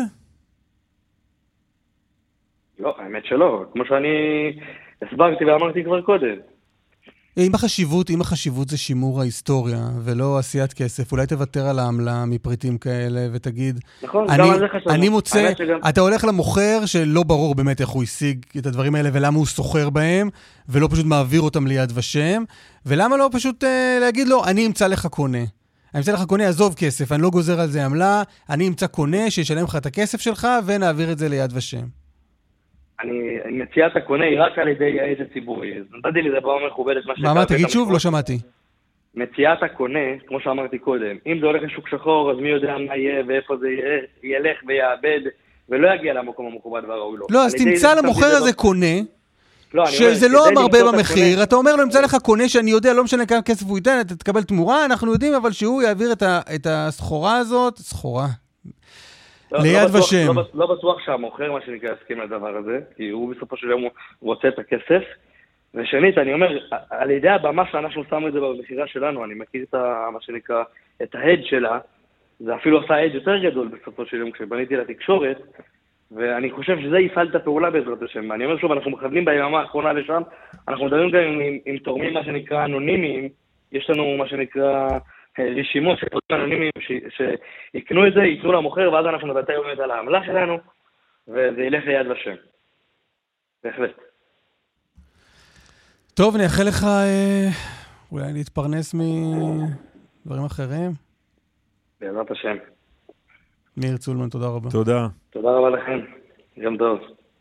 לא, האמת שלא, כמו שאני הסברתי ואמרתי כבר קודם. אם החשיבות זה שימור ההיסטוריה ולא עשיית כסף, אולי תוותר על העמלה מפריטים כאלה ותגיד, נכון, גם על זה חשוב. אני מוצא, אתה הולך למוכר שלא ברור באמת איך הוא השיג את הדברים האלה ולמה הוא סוחר בהם, ולא פשוט מעביר אותם ליד ושם, ולמה לא פשוט להגיד לו, אני אמצא לך קונה. אני אמצא לך קונה, עזוב כסף, אני לא גוזר על זה עמלה, אני אמצא קונה שישלם לך את הכסף שלך ונעביר את זה ליד ושם. אני מציע את הקונה היא רק על ידי העד הציבורי. נתתי לי דבר מכובד את מה שקרה. מה, תגיד שוב? לא שמעתי. מציאת הקונה, כמו שאמרתי קודם, אם זה הולך לשוק שחור, אז מי יודע מה יהיה ואיפה זה ילך ויעבד, ולא יגיע למקום המכובד והראוי לו. לא, אז תמצא למוכר הזה קונה, שזה לא מרבה במחיר, אתה אומר לו, נמצא לך קונה שאני יודע, לא משנה כמה כסף הוא ייתן, אתה תקבל תמורה, אנחנו יודעים, אבל שהוא יעביר את הסחורה הזאת, סחורה. ליד ושם. לא בטוח שהמוכר מה שנקרא הסכים לדבר הזה, כי הוא בסופו של יום רוצה את הכסף. ושנית, אני אומר, על ידי הבמה שאנחנו שמו את זה במחירה שלנו, אני מכיר את מה שנקרא, את ההד שלה, זה אפילו עשה הד יותר גדול בסופו של יום כשבניתי לתקשורת, ואני חושב שזה יפעל את הפעולה בעזרת השם. אני אומר שוב, אנחנו מכוונים ביממה האחרונה לשם, אנחנו מדברים גם עם תורמים מה שנקרא אנונימיים, יש לנו מה שנקרא רשימות של תורמים אנונימיים שיקנו את זה, ייתנו למוכר, ואז אנחנו נבטא באמת על העמלה שלנו, וזה ילך ליד ושם. בהחלט. טוב, אני אאחל לך אולי להתפרנס מדברים אחרים. בעזרת השם. מאיר צולמן, תודה רבה. תודה. תודה רבה לכם. גם טוב.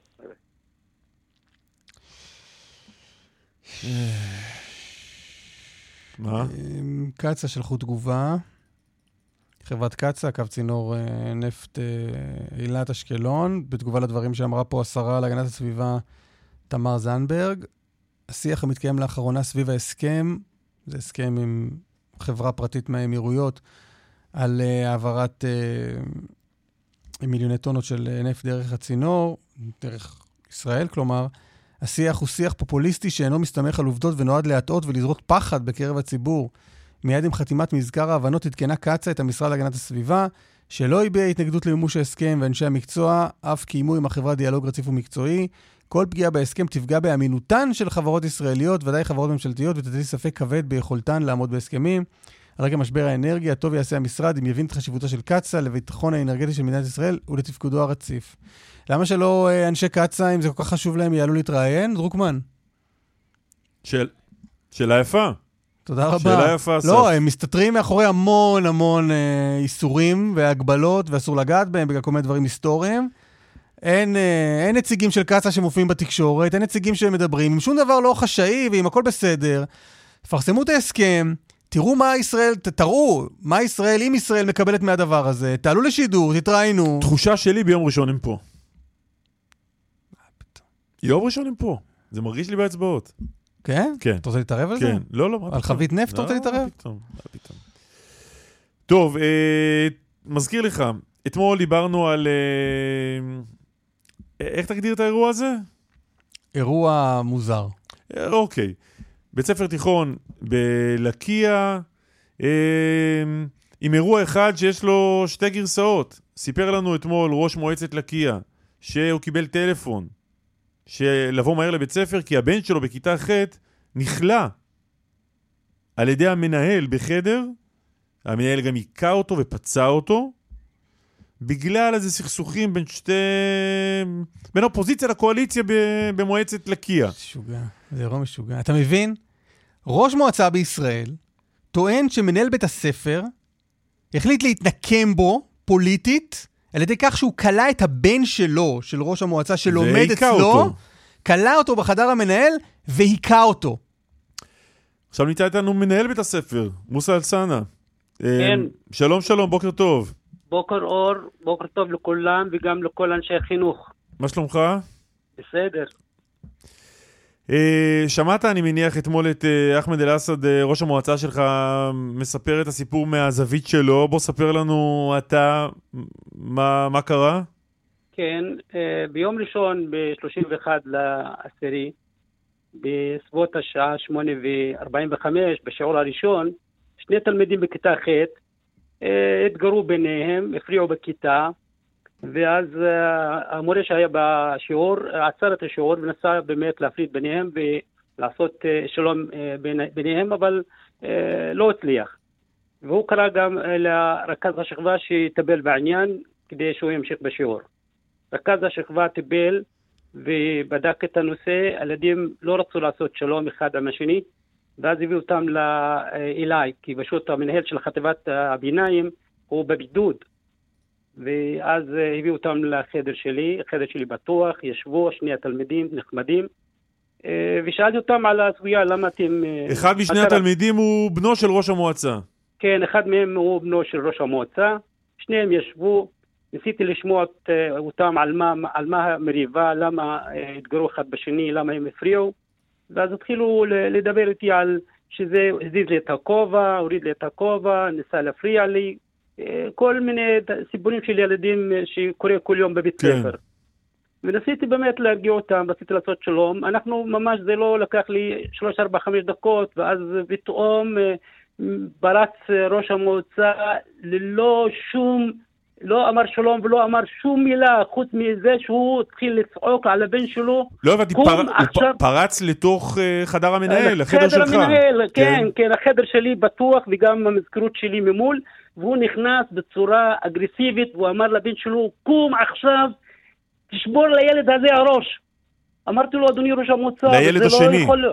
מה? קצה שלחו תגובה. חברת קצה, קו צינור נפט אילת אשקלון, בתגובה לדברים שאמרה פה השרה להגנת הסביבה תמר זנדברג. השיח המתקיים לאחרונה סביב ההסכם, זה הסכם עם חברה פרטית מהאמירויות, על העברת מיליוני טונות של נפט דרך הצינור, דרך ישראל, כלומר, השיח הוא שיח פופוליסטי שאינו מסתמך על עובדות ונועד להטעות ולזרות פחד בקרב הציבור. מיד עם חתימת מזכר ההבנות התקנה קצה את המשרד להגנת הסביבה, שלא הביע התנגדות למימוש ההסכם, ואנשי המקצוע אף קיימו עם החברה דיאלוג רציף ומקצועי. כל פגיעה בהסכם תפגע באמינותן של חברות ישראליות, ודאי חברות ממשלתיות, ותטיל ספק כבד ביכולתן לעמוד בהסכמים. על רקע משבר האנרגיה, טוב יעשה המשרד אם יבין את חשיבותו של קצה לביטחון האנרגטי של מדינת ישראל ולתפקודו הרציף. למה שלא אנשי קצה, אם זה כל כך חשוב להם, יעלו להתראיין? דרוקמן. שאלה יפה. תודה רבה. שאלה יפה, אסף. לא, הם מסתתרים מאחורי המון איסורים והגבלות, ואסור לגעת בהם בגלל כל מיני דברים היסטוריים. אין נציגים של קצה שמופיעים בתקשורת, אין נציגים שמדברים, עם שום דבר לא חשאי, ועם הכל בסדר. פרסמו את ההסכם, תראו מה ישראל, אם ישראל מקבלת מהדבר הזה, תעלו לשידור, תתראינו. תחושה שלי ביום ראשון הם פה. יום ראשון הם פה. זה מרגיש לי באצבעות. כן? כן. אתה רוצה להתערב על זה? כן. לא. על חבית נפט אתה רוצה להתערב? פתאום. טוב, מזכיר לך, אתמול דיברנו על... איך תגדיר את האירוע הזה? אירוע מוזר. אוקיי. בית ספר תיכון בלקיה, עם אירוע אחד שיש לו שתי גרסאות. סיפר לנו אתמול ראש מועצת לקיה, שהוא קיבל טלפון, שלבוא מהר לבית ספר, כי הבן שלו בכיתה ח' נכלה על ידי המנהל בחדר. המנהל גם עיקה אותו ופצע אותו, בגלל איזה סכסוכים בין אופוזיציה לקואליציה במועצת לקיה. משוגע, זה לא משוגע. אתה מבין? ראש מועצה בישראל טוען שמנהל בית הספר החליט להתנקם בו פוליטית, על ידי כך שהוא קלה את הבן שלו, של ראש המועצה שלומד אצלו, קלה אותו בחדר המנהל והיקה אותו. עכשיו נמצא איתנו מנהל בית הספר, מוסא אלסנה. כן. שלום, בוקר טוב. בוקר אור, בוקר טוב לכולם וגם לכל אנשי החינוך. מה שלומך? בסדר. שמעת, אני מניח, אתמול את אחמד אל-אסד, ראש המועצה שלך, מספר את הסיפור מהזווית שלו. בוא ספר לנו אתה מה קרה? כן, ביום ראשון ב-31 לעשירי, בסביבות השעה 8:45, בשיעור הראשון, שני תלמידים בכיתה ח' התגרו ביניהם, הפריעו בכיתה, ואז המורה שהיה בשיעור עצר את השיעור ונסה באמת להפריד ביניהם ולעשות שלום ביניהם, אבל לא הצליח. והוא קרא גם לרכז השכבה שיטפל בעניין כדי שהוא ימשיך בשיעור. רכז השכבה טיפל ובדק את הנושא, הילדים לא רצו לעשות שלום אחד עם השני, ואז הביאו אותם אליי, כי פשוט המנהל של חטיבת הביניים הוא בבידוד. ואז הביאו אותם לחדר שלי, החדר שלי בטוח, ישבו שני התלמידים נחמדים, ושאלתי אותם על הסוגיה, למה אתם... אחד משני התלמידים הוא בנו של ראש המועצה. כן, אחד מהם הוא בנו של ראש המועצה, שניהם ישבו, ניסיתי לשמוע אותם על מה המריבה, למה התגרו אחד בשני, למה הם הפריעו, ואז התחילו לדבר איתי על שזה הזיז לי את הכובע, הוריד לי את הכובע, ניסה להפריע לי, כל מיני סיפורים של ילדים שקורה כל יום בבית ספר. וניסיתי באמת להרגיע אותם, רציתי לעשות שלום. אנחנו ממש, זה לא לקח לי 3, 4, 5 דקות, ואז פתאום ברץ ראש המועצה ללא שום, לא אמר שלום ולא אמר שום מילה, חוץ מזה שהוא התחיל לצעוק על הבן שלו. לא הבנתי, הוא פרץ לתוך חדר המנהל, החדר שלך. חדר המנהל, כן, החדר שלי בטוח וגם המזכירות שלי ממול, והוא נכנס בצורה אגרסיבית, והוא אמר לבן שלו, קום עכשיו, תשבור לילד הזה הראש. אמרתי לו, אדוני ראש המועצה, לילד השני.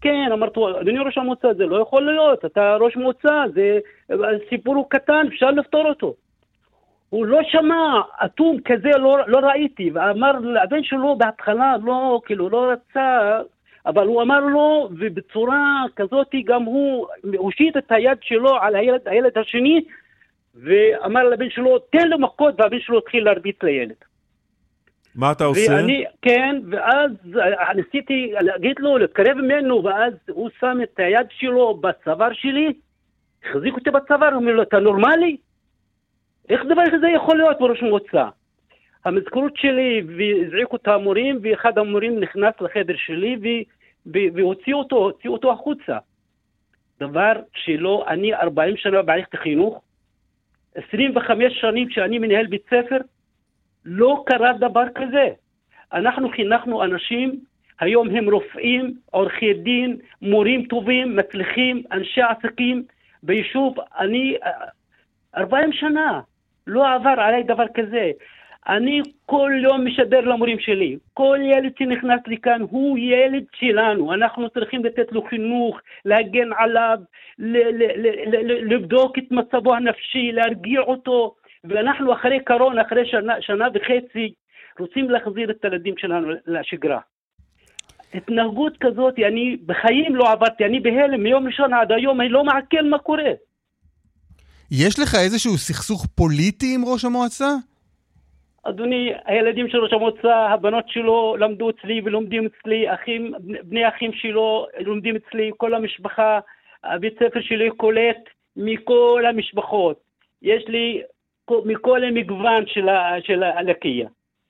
כן, אמרתי, אדוני ראש המועצה, זה לא יכול להיות, אתה ראש מועצה, הסיפור הוא קטן, אפשר לפתור אותו. הוא לא שמע, אטום כזה לא ראיתי, ואמר לבן שלו בהתחלה, לא, כאילו, לא רצה, אבל הוא אמר לו, ובצורה כזאת גם הוא הושיט את היד שלו על הילד השני, ואמר לבן שלו, תן לו מכות, והבן שלו התחיל להרביץ לילד. מה אתה עושה? כן, ואז ניסיתי להגיד לו, להתקרב ממנו, ואז הוא שם את היד שלו בצוואר שלי, החזיק אותי בצוואר, הוא אומר לו, אתה נורמלי? איך דבר כזה יכול להיות בראש מועצה? המזכירות שלי, והזעיקו את המורים, ואחד המורים נכנס לחדר שלי, והוציא אותו החוצה. דבר שלא, אני 40 שנה במערכת החינוך, 25 שנים שאני מנהל בית ספר, לא קרה דבר כזה. אנחנו חינכנו אנשים, היום הם רופאים, עורכי דין, מורים טובים, מצליחים, אנשי עסקים ביישוב. אני 40 שנה, לא עבר עליי דבר כזה. אני כל יום משדר למורים שלי, כל ילד שנכנס לי כאן הוא ילד שלנו, אנחנו צריכים לתת לו חינוך, להגן עליו, לבדוק את מצבו הנפשי, להרגיע אותו, ואנחנו אחרי קורונה, אחרי שנה וחצי, רוצים להחזיר את הילדים שלנו לשגרה. התנהגות כזאת, אני בחיים לא עברתי, אני בהלם, מיום ראשון עד היום, אני לא מעכל מה קורה. יש לך איזשהו סכסוך פוליטי עם ראש המועצה? אדוני, הילדים של ראש המועצה, הבנות שלו למדו אצלי ולומדים אצלי, בני אחים שלו לומדים אצלי, כל המשפחה, הבית ספר שלי קולט מכל המשפחות. יש לי מכל המגוון של הלקיה.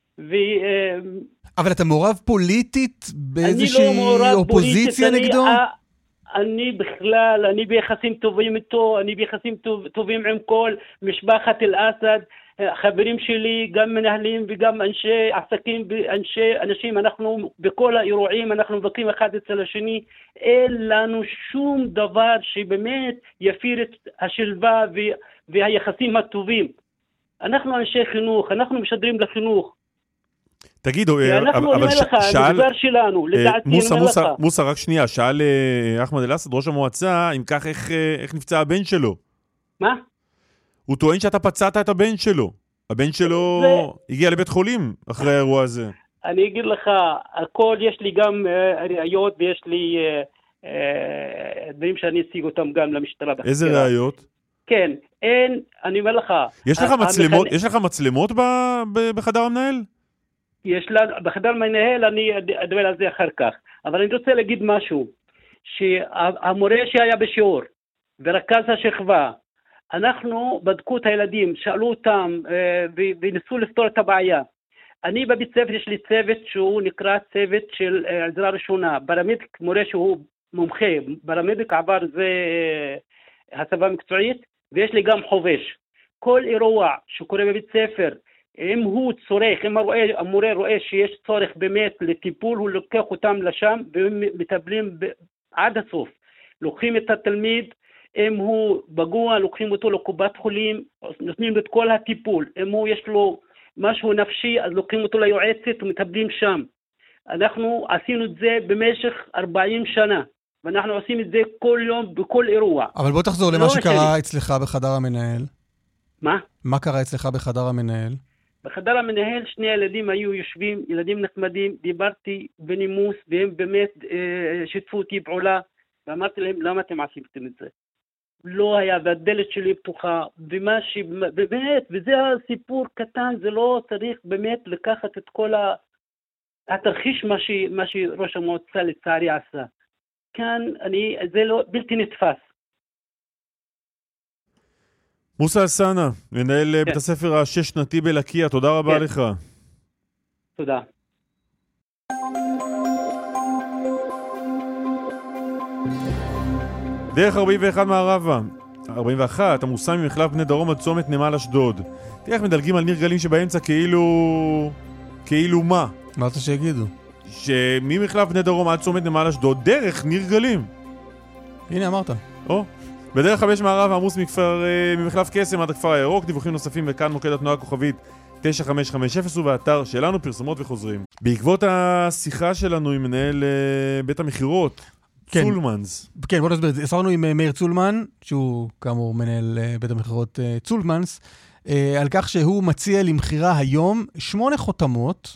אבל אתה מעורב פוליטית באיזושהי אופוזיציה נגדו? אני בכלל, אני ביחסים טובים איתו, אני ביחסים טובים עם כל משפחת אל-אסד, חברים שלי, גם מנהלים וגם אנשי עסקים, אנשים, אנחנו בכל האירועים, אנחנו מבקרים אחד אצל השני, אין לנו שום דבר שבאמת יפיר את השלווה והיחסים הטובים. אנחנו אנשי חינוך, אנחנו משדרים לחינוך. תגידו, אבל שאל, מוסה, רק שנייה, שאל אחמד אל-אסד, ראש המועצה, אם כך איך נפצע הבן שלו? מה? הוא טוען שאתה פצעת את הבן שלו. הבן שלו הגיע לבית חולים אחרי האירוע הזה. אני אגיד לך, הכל, יש לי גם ראיות ויש לי דברים שאני אשיג אותם גם למשטרה. איזה ראיות? כן, אני אומר לך. יש לך מצלמות בחדר המנהל? יש לה, בחדר המנהל אני אדבר על זה אחר כך. אבל אני רוצה להגיד משהו, שהמורה שהיה בשיעור ורכז השכבה, אנחנו בדקו את הילדים, שאלו אותם וניסו לפתור את הבעיה. אני בבית ספר יש לי צוות שהוא נקרא צוות של עזרה ראשונה, פרמדיק, מורה שהוא מומחה, פרמדיק עבר זה הסבה מקצועית, ויש לי גם חובש. כל אירוע שקורה בבית ספר, אם הוא צורך, אם המורה רואה שיש צורך באמת לטיפול, הוא לוקח אותם לשם ומטפלים עד הסוף. לוקחים את התלמיד, אם הוא פגוע, לוקחים אותו לקופת חולים, נותנים את כל הטיפול. אם הוא יש לו משהו נפשי, אז לוקחים אותו ליועצת ומטפלים שם. אנחנו עשינו את זה במשך 40 שנה, ואנחנו עושים את זה כל יום, בכל אירוע. אבל בוא תחזור למה שקרה אצלך בחדר המנהל. מה? מה קרה אצלך בחדר המנהל? בחדר המנהל שני ילדים היו יושבים, ילדים נחמדים, דיברתי בנימוס, והם באמת שיתפו אותי פעולה, ואמרתי להם, למה אתם עשיתם את זה? לא היה, והדלת שלי פתוחה, ומה שבאמת, וזה הסיפור קטן, זה לא צריך באמת לקחת את כל התרחיש מה שראש המועצה לצערי עשה. כאן זה לא בלתי נתפס. מוסה אלסאנע, מנהל בית הספר השש-שנתי בלקיה, תודה רבה לך. תודה. דרך 41 מערבה, 41, עמוסה ממחלף בני דרום עד צומת נמל אשדוד. תראה איך מדלגים על ניר גלים שבאמצע כאילו מה? מה אתה שיגידו? שממחלף בני דרום עד צומת נמל אשדוד, דרך ניר גלים. הנה אמרת. בדרך 5 מערבה עמוס ממחלף קסם עד הכפר הירוק. דיווחים נוספים וכאן מוקד התנועה כוכבית 9550 ובאתר שלנו פרסומות וחוזרים. בעקבות השיחה שלנו עם מנהל בית המחירות, צולמנס. כן, בוא נסביר את זה. הסברנו עם מאיר צולמן, שהוא כאמור מנהל בית המכירות צולמנס, על כך שהוא מציע למחירה היום 8 חותמות.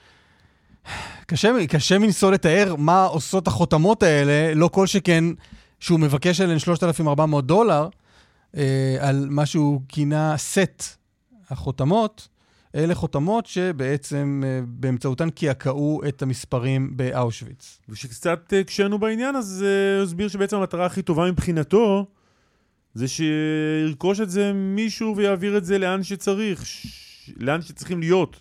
קשה מנסות לתאר מה עושות החותמות האלה, לא כל שכן שהוא מבקש עליהן $3,400, על מה שהוא כינה סט החותמות. אלה חותמות שבעצם באמצעותן קעקעו את המספרים באושוויץ. ושקצת קשנו בעניין, אז הסביר שבעצם המטרה הכי טובה מבחינתו, זה שירכוש את זה מישהו ויעביר את זה לאן שצריך, לאן שצריכים להיות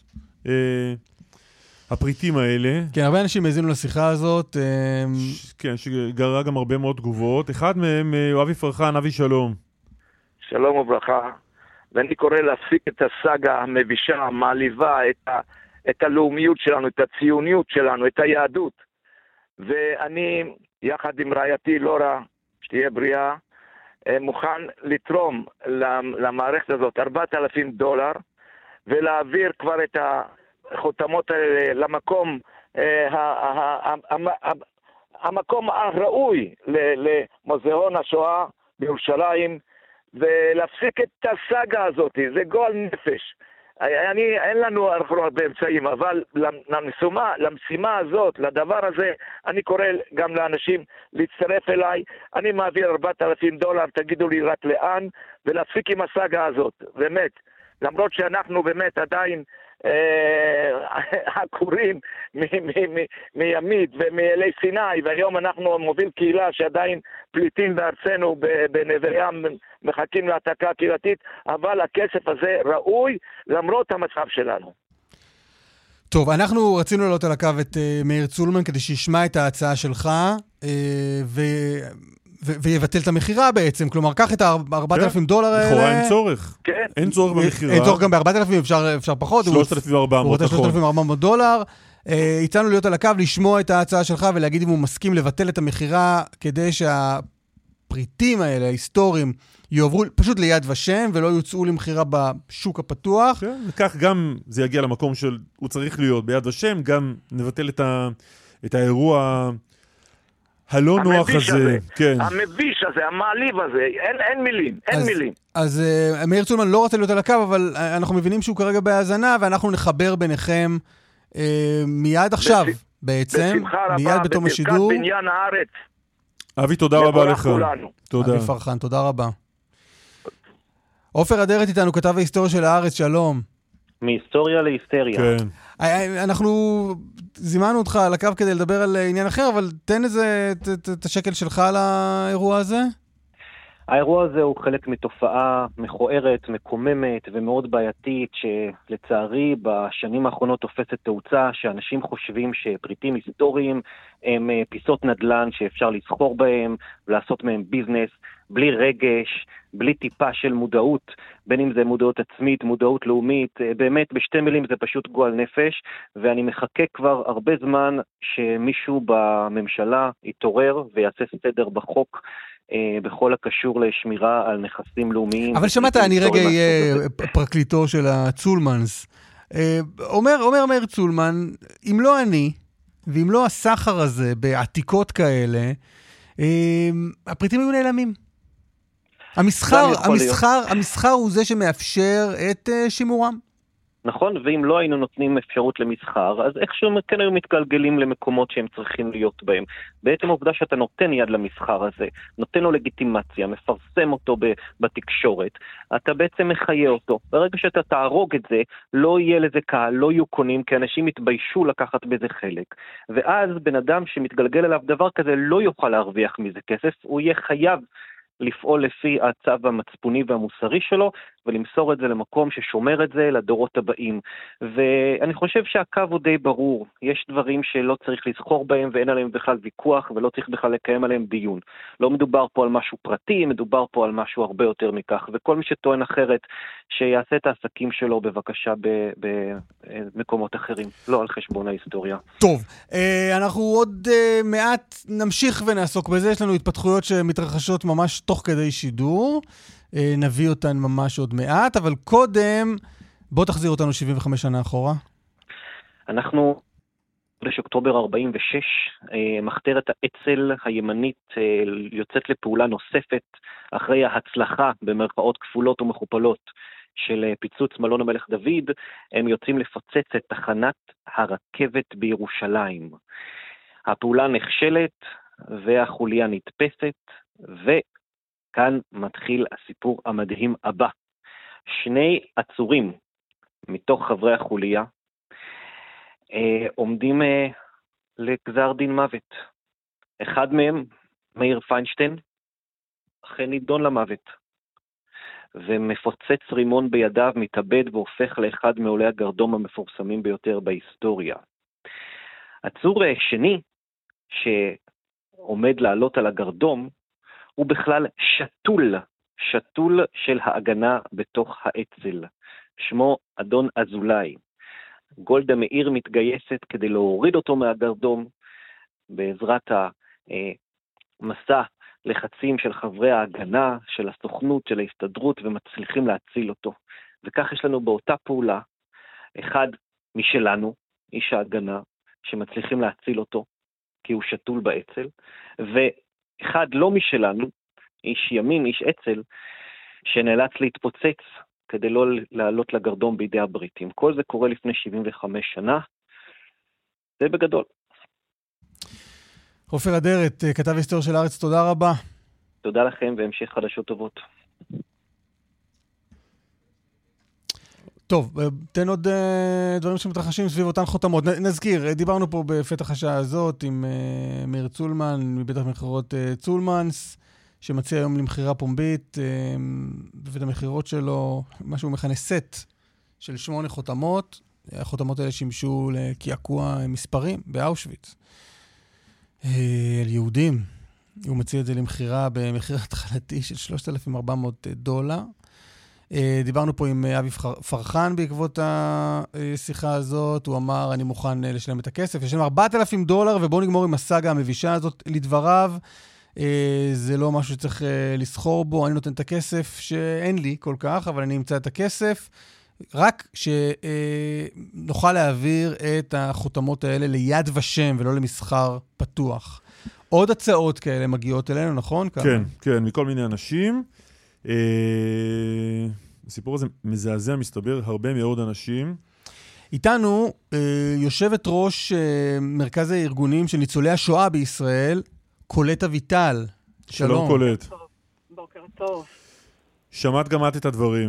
הפריטים האלה. כן, הרבה אנשים הזינו לשיחה הזאת. כן, שגררה גם הרבה מאוד תגובות. אחד מהם, אבי פרחן, אבי שלום. שלום וברכה. ואני קורא להפסיק את הסאגה המבישה, המעליבה, את הלאומיות שלנו, את הציוניות שלנו, את היהדות. ואני, יחד עם רעייתי לורה, שתהיה בריאה, מוכן לתרום למערכת הזאת $4,000, ולהעביר כבר את החותמות האלה למקום, המקום הראוי למוזיאון השואה בירושלים, ולהפסיק את הסאגה הזאת, זה גועל נפש. אין לנו הרבה אמצעים, אבל למשימה הזאת, לדבר הזה, אני קורא גם לאנשים להצטרף אליי, אני מעביר $4,000, תגידו לי רק לאן, ולהפסיק עם הסאגה הזאת, באמת. למרות שאנחנו באמת עדיין עקורים מימית ומאלי סיני, והיום אנחנו מוביל קהילה שעדיין פליטים בארצנו בנווה ים, מחכים להעתקה קהילתית, אבל הכסף הזה ראוי למרות המצב שלנו. טוב, אנחנו רצינו לעלות על הקו את מאיר צולמן כדי שישמע את ההצעה שלך ויבטל את המחירה בעצם. כלומר, קח את $4,000 האלה. לכאורה אין צורך. כן. אין צורך במחירה. אין צורך גם ב$4,000, אפשר פחות. $3,400. הוא רוצה $3,400. הצענו להיות על הקו, לשמוע את ההצעה שלך ולהגיד אם הוא מסכים לבטל את המחירה כדי שהפריטים האלה, ההיסטוריים, יועברו פשוט ליד ושם ולא יוצאו למחירה בשוק הפתוח. כן, וכך גם זה יגיע למקום של הוא צריך להיות ביד ושם, גם נבטל את האירוע הלא נוח הזה. כן. המביש הזה, המעליב הזה, אין מילים, מילים. אז מאיר צולמן לא רוצה להיות על הקו, אבל אנחנו מבינים שהוא כרגע בהאזנה, ואנחנו נחבר ביניכם מיד עכשיו, בעצם, מיד בתום השידור. בברכת בניין הארץ. אבי, תודה רבה לך. תודה. אבי פרחן, תודה רבה. עופר אדרת איתנו, כתב ההיסטוריה של הארץ, שלום. מהיסטוריה להיסטריה. כן. אנחנו זימנו אותך על הקו כדי לדבר על עניין אחר, אבל תן את השקל שלך על האירוע הזה. האירוע הזה הוא חלק מתופעה מכוערת, מקוממת ומאוד בעייתית, שלצערי בשנים האחרונות תופסת תאוצה, שאנשים חושבים שפריטים היסטוריים הם פיסות נדל"ן שאפשר לסחור בהם, ולעשות מהם ביזנס, בלי רגש, בלי טיפה של מודעות, בין אם זה מודעות עצמית, מודעות לאומית, באמת בשתי מילים זה פשוט גועל נפש, ואני מחכה כבר הרבה זמן שמישהו בממשלה יתעורר ויעשה סדר בחוק, בכל הקשור לשמירה על נכסים לאומיים. אבל שמעת, אני רגע אהיה פרקליטו של הצולמנס. אומר מאיר צולמן, אם לא אני, ואם לא הסחר הזה בעתיקות כאלה, הפריטים היו נעלמים. המסחר הוא זה שמאפשר את שימורם. נכון, ואם לא היינו נותנים אפשרות למסחר, אז איכשהו כן היו מתגלגלים למקומות שהם צריכים להיות בהם. בעצם העובדה שאתה נותן יד למסחר הזה, נותן לו לגיטימציה, מפרסם אותו בתקשורת, אתה בעצם מחיה אותו. ברגע שאתה תהרוג את זה, לא יהיה לזה קהל, לא יהיו קונים, כי אנשים יתביישו לקחת בזה חלק. ואז בן אדם שמתגלגל אליו דבר כזה לא יוכל להרוויח מזה כסף, הוא יהיה חייב לפעול לפי הצו המצפוני והמוסרי שלו, ולמסור את זה למקום ששומר את זה לדורות הבאים. ואני חושב שהקו הוא די ברור. יש דברים שלא צריך לזכור בהם, ואין עליהם בכלל ויכוח, ולא צריך בכלל לקיים עליהם דיון. לא מדובר פה על משהו פרטי, מדובר פה על משהו הרבה יותר מכך. וכל מי שטוען אחרת, שיעשה את העסקים שלו בבקשה במקומות אחרים, לא על חשבון ההיסטוריה. טוב, אנחנו עוד מעט נמשיך ונעסוק בזה. יש לנו התפתחויות שמתרחשות ממש תוך כדי שידור. נביא אותן ממש עוד מעט, אבל קודם, בוא תחזיר אותנו 75 שנה אחורה. אנחנו בחודש אוקטובר 46, מחתרת האצ"ל הימנית יוצאת לפעולה נוספת אחרי ההצלחה במרכאות כפולות ומכופלות של פיצוץ מלון המלך דוד. הם יוצאים לפוצץ את תחנת הרכבת בירושלים. הפעולה נכשלת והחוליה נתפסת, וכאן מתחיל הסיפור המדהים הבא. 2 עצורים מתוך חברי החוליה עומדים לגזר דין מוות. אחד מהם, מאיר פיינשטיין, אכן נידון למוות, ומפוצץ רימון בידיו, מתאבד והופך לאחד מעולי הגרדום המפורסמים ביותר בהיסטוריה. עצור שני שעומד לעלות על הגרדום הוא בכלל שתול של ההגנה בתוך האצ"ל. שמו אדון אזולאי. גולדה מאיר מתגייסת כדי להוריד אותו מהגרדום בעזרת המסע לחצים של חברי ההגנה, של הסוכנות, של ההסתדרות, ומצליחים להציל אותו. וכך יש לנו באותה פעולה אחד משלנו, איש ההגנה, שמצליחים להציל אותו, כי הוא שתול באצ"ל, ואחד לא משלנו, איש ימין, איש אצ"ל, שנאלץ להתפוצץ כדי לא לעלות לגרדום בידי הבריטים. כל זה קורה לפני 75 שנה. זה בגדול. עופר אדרת, כתב היסטוריה של הארץ, תודה רבה. תודה לכם והמשך חדשות טובות. טוב, תן עוד דברים שמתרחשים סביב אותן חותמות. נזכיר, דיברנו פה בפתח השעה הזאת עם מאיר צולמן, מבית המכירות צולמנס, שמציע היום למחירה פומבית, בבית המכירות שלו, מה שהוא מכנה סט של 8 חותמות. החותמות האלה שימשו לקעקוע מספרים באושוויץ. על יהודים. הוא מציע את זה למחירה במחיר התחלתי של $3,400. דיברנו פה עם אבי פרחן בעקבות השיחה הזאת. הוא אמר, אני מוכן לשלם את הכסף. יש לנו $4,000, ובואו נגמור עם הסאגה המבישה הזאת. לדבריו, זה לא משהו שצריך לסחור בו. אני נותן את הכסף שאין לי כל כך, אבל אני אמצא את הכסף. רק שנוכל להעביר את החותמות האלה ליד ושם ולא למסחר פתוח. עוד הצעות כאלה מגיעות אלינו, נכון? כן, כן, מכל מיני אנשים. הסיפור הזה מזעזע, מסתבר, הרבה מאוד אנשים. איתנו יושבת ראש מרכז הארגונים של ניצולי השואה בישראל, קולט אביטל. שלום קולט. בוקר טוב. שמעת גם את הדברים.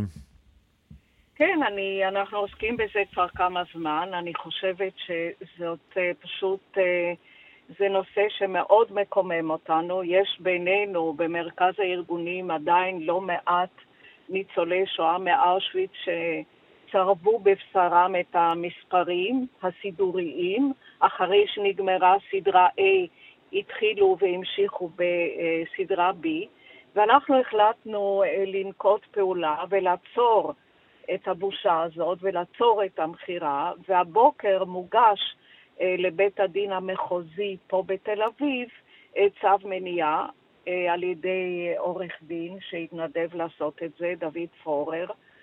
כן, אנחנו עוסקים בזה כבר כמה זמן. אני חושבת שזאת פשוט, זה נושא שמאוד מקומם אותנו. יש בינינו במרכז הארגונים עדיין לא מעט ניצולי שואה מאושוויץ שצרבו בבשרם את המספרים הסידוריים. אחרי שנגמרה סדרה A, התחילו והמשיכו בסדרה B, ואנחנו החלטנו לנקוט פעולה ולעצור את הבושה הזאת ולעצור את המחירה, והבוקר מוגש לבית הדין המחוזי פה בתל אביב צו מניעה על ידי עורך דין שהתנדב לעשות את זה, דוד פורר,